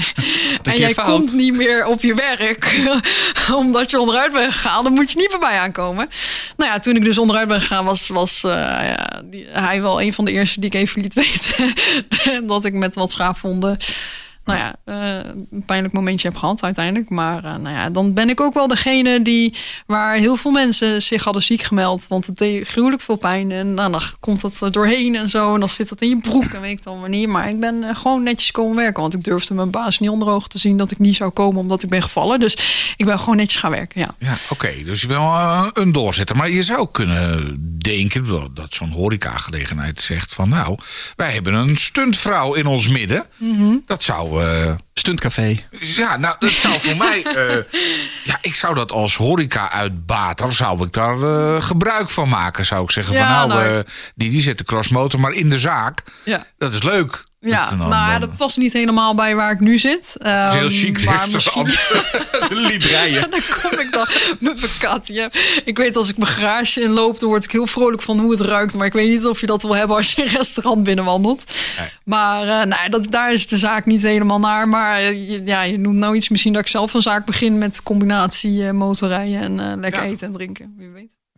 en jij fout. komt niet meer op je werk omdat je onderuit bent gegaan, dan moet je niet bij mij aankomen. Nou ja, toen ik dus onderuit ben gegaan, was, was uh, ja, die, hij wel een van de eerste die ik even liet weten en dat ik met wat schaafwonden nou ja, uh, een pijnlijk momentje heb gehad uiteindelijk. Maar uh, nou ja, dan ben ik ook wel degene die waar heel veel mensen zich hadden ziek gemeld. Want het deed gruwelijk veel pijn. En nou, dan komt het er doorheen en zo. En dan zit het in je broek en weet ik dan wanneer. Maar ik ben uh, gewoon netjes komen werken. Want ik durfde mijn baas niet onder ogen te zien dat ik niet zou komen omdat ik ben gevallen. Dus ik ben gewoon netjes gaan werken, ja. Ja, oké. Okay. Dus je bent wel een doorzetter. Maar je zou kunnen denken dat zo'n horecagelegenheid zegt van nou, wij hebben een stuntvrouw in ons midden. Mm-hmm. Dat zou Uh, Stuntcafé. Ja, nou, dat zou voor mij... Uh, ja, ik zou dat als horeca-uitbater... zou ik daar uh, gebruik van maken, zou ik zeggen. Ja, van nou, nou uh, die, die zet de crossmotor maar in de zaak. Ja. Dat is leuk. Ja, dan, nou ja, dan, dat past niet helemaal bij waar ik nu zit. Um, het is heel chic restaurant. Libreien. Dan kom ik dan met mijn kat. Ja. Ik weet als ik mijn garage inloop, dan word ik heel vrolijk van hoe het ruikt. Maar ik weet niet of je dat wil hebben als je een restaurant binnenwandelt. Nee. Maar uh, nou, dat, daar is de zaak niet helemaal naar. Maar uh, ja, je noemt nou iets misschien dat ik zelf een zaak begin met combinatie uh, motorrijden en uh, lekker ja. eten en drinken. Wie weet. Ja.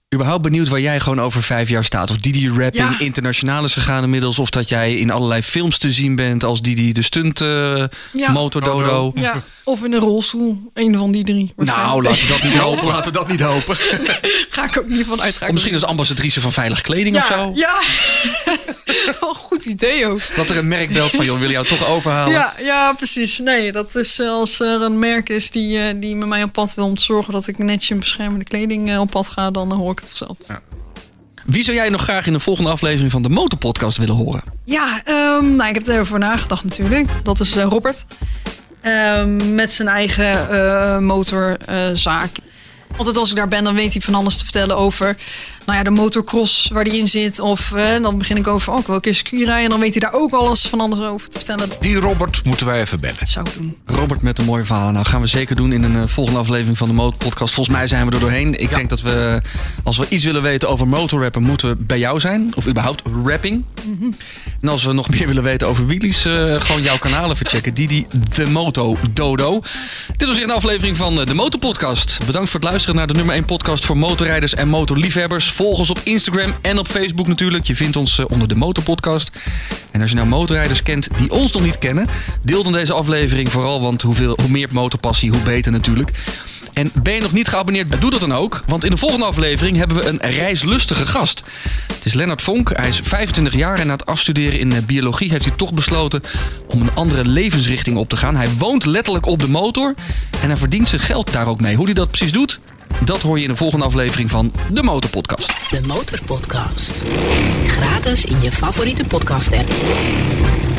überhaupt benieuwd waar jij gewoon over vijf jaar staat. Of Didi Rapping Ja. internationaal is gegaan inmiddels. Of dat jij in allerlei films te zien bent als Didi de stunt uh, Ja. motordodo. Ja, of in een rolstoel. Een van die drie. Nou, laten we dat niet hopen. Laten we dat niet hopen. Ga ik ook niet van uitgaan. Of misschien als ambassadrice van veilige kleding ja, of zo. Ja, wel een goed idee ook. Dat er een merk belt van, joh, wil je jou toch overhalen? Ja, ja, precies. Nee, dat is als er een merk is die, uh, die met mij op pad wil om te zorgen dat ik netjes in beschermende kleding uh, op pad ga, dan uh, hoor ik het vanzelf. Ja. Wie zou jij nog graag in de volgende aflevering van de Motorpodcast willen horen? Ja, um, nou, ik heb er even voor nagedacht natuurlijk. Dat is uh, Robert. Um, met zijn eigen uh, motorzaak. Uh, Altijd als ik daar ben, dan weet hij van alles te vertellen over nou ja, de motocross waar hij in zit. Of uh, dan begin ik over, oh, ik wil een keer circuit rijden. En dan weet hij daar ook alles van alles over te vertellen. Die Robert moeten wij even bellen. Dat zou ik doen. Robert met een mooie verhaal. Nou, gaan we zeker doen in een uh, volgende aflevering van de Motorpodcast. Volgens mij zijn we er doorheen. Ik ja. denk dat we, als we iets willen weten over motorrappen, moeten we bij jou zijn. Of überhaupt rapping. Mm-hmm. En als we nog meer willen weten over wheelies, uh, gewoon jouw kanalen verchecken. Didi The Moto Dodo. Dit was weer een aflevering van uh, de Motorpodcast. Bedankt voor het luisteren naar de nummer één podcast voor motorrijders en motorliefhebbers. Volg ons op Instagram en op Facebook natuurlijk. Je vindt ons uh, onder de Motorpodcast. En als je nou motorrijders kent die ons nog niet kennen, deel dan deze aflevering vooral, want hoeveel, hoe meer motorpassie, hoe beter natuurlijk. En ben je nog niet geabonneerd, doe dat dan ook. Want in de volgende aflevering hebben we een reislustige gast. Het is Lennart Vonk, hij is vijfentwintig jaar en na het afstuderen in biologie heeft hij toch besloten om een andere levensrichting op te gaan. Hij woont letterlijk op de motor en hij verdient zijn geld daar ook mee. Hoe hij dat precies doet, dat hoor je in de volgende aflevering van de Motorpodcast. De Motorpodcast. Gratis in je favoriete podcast app.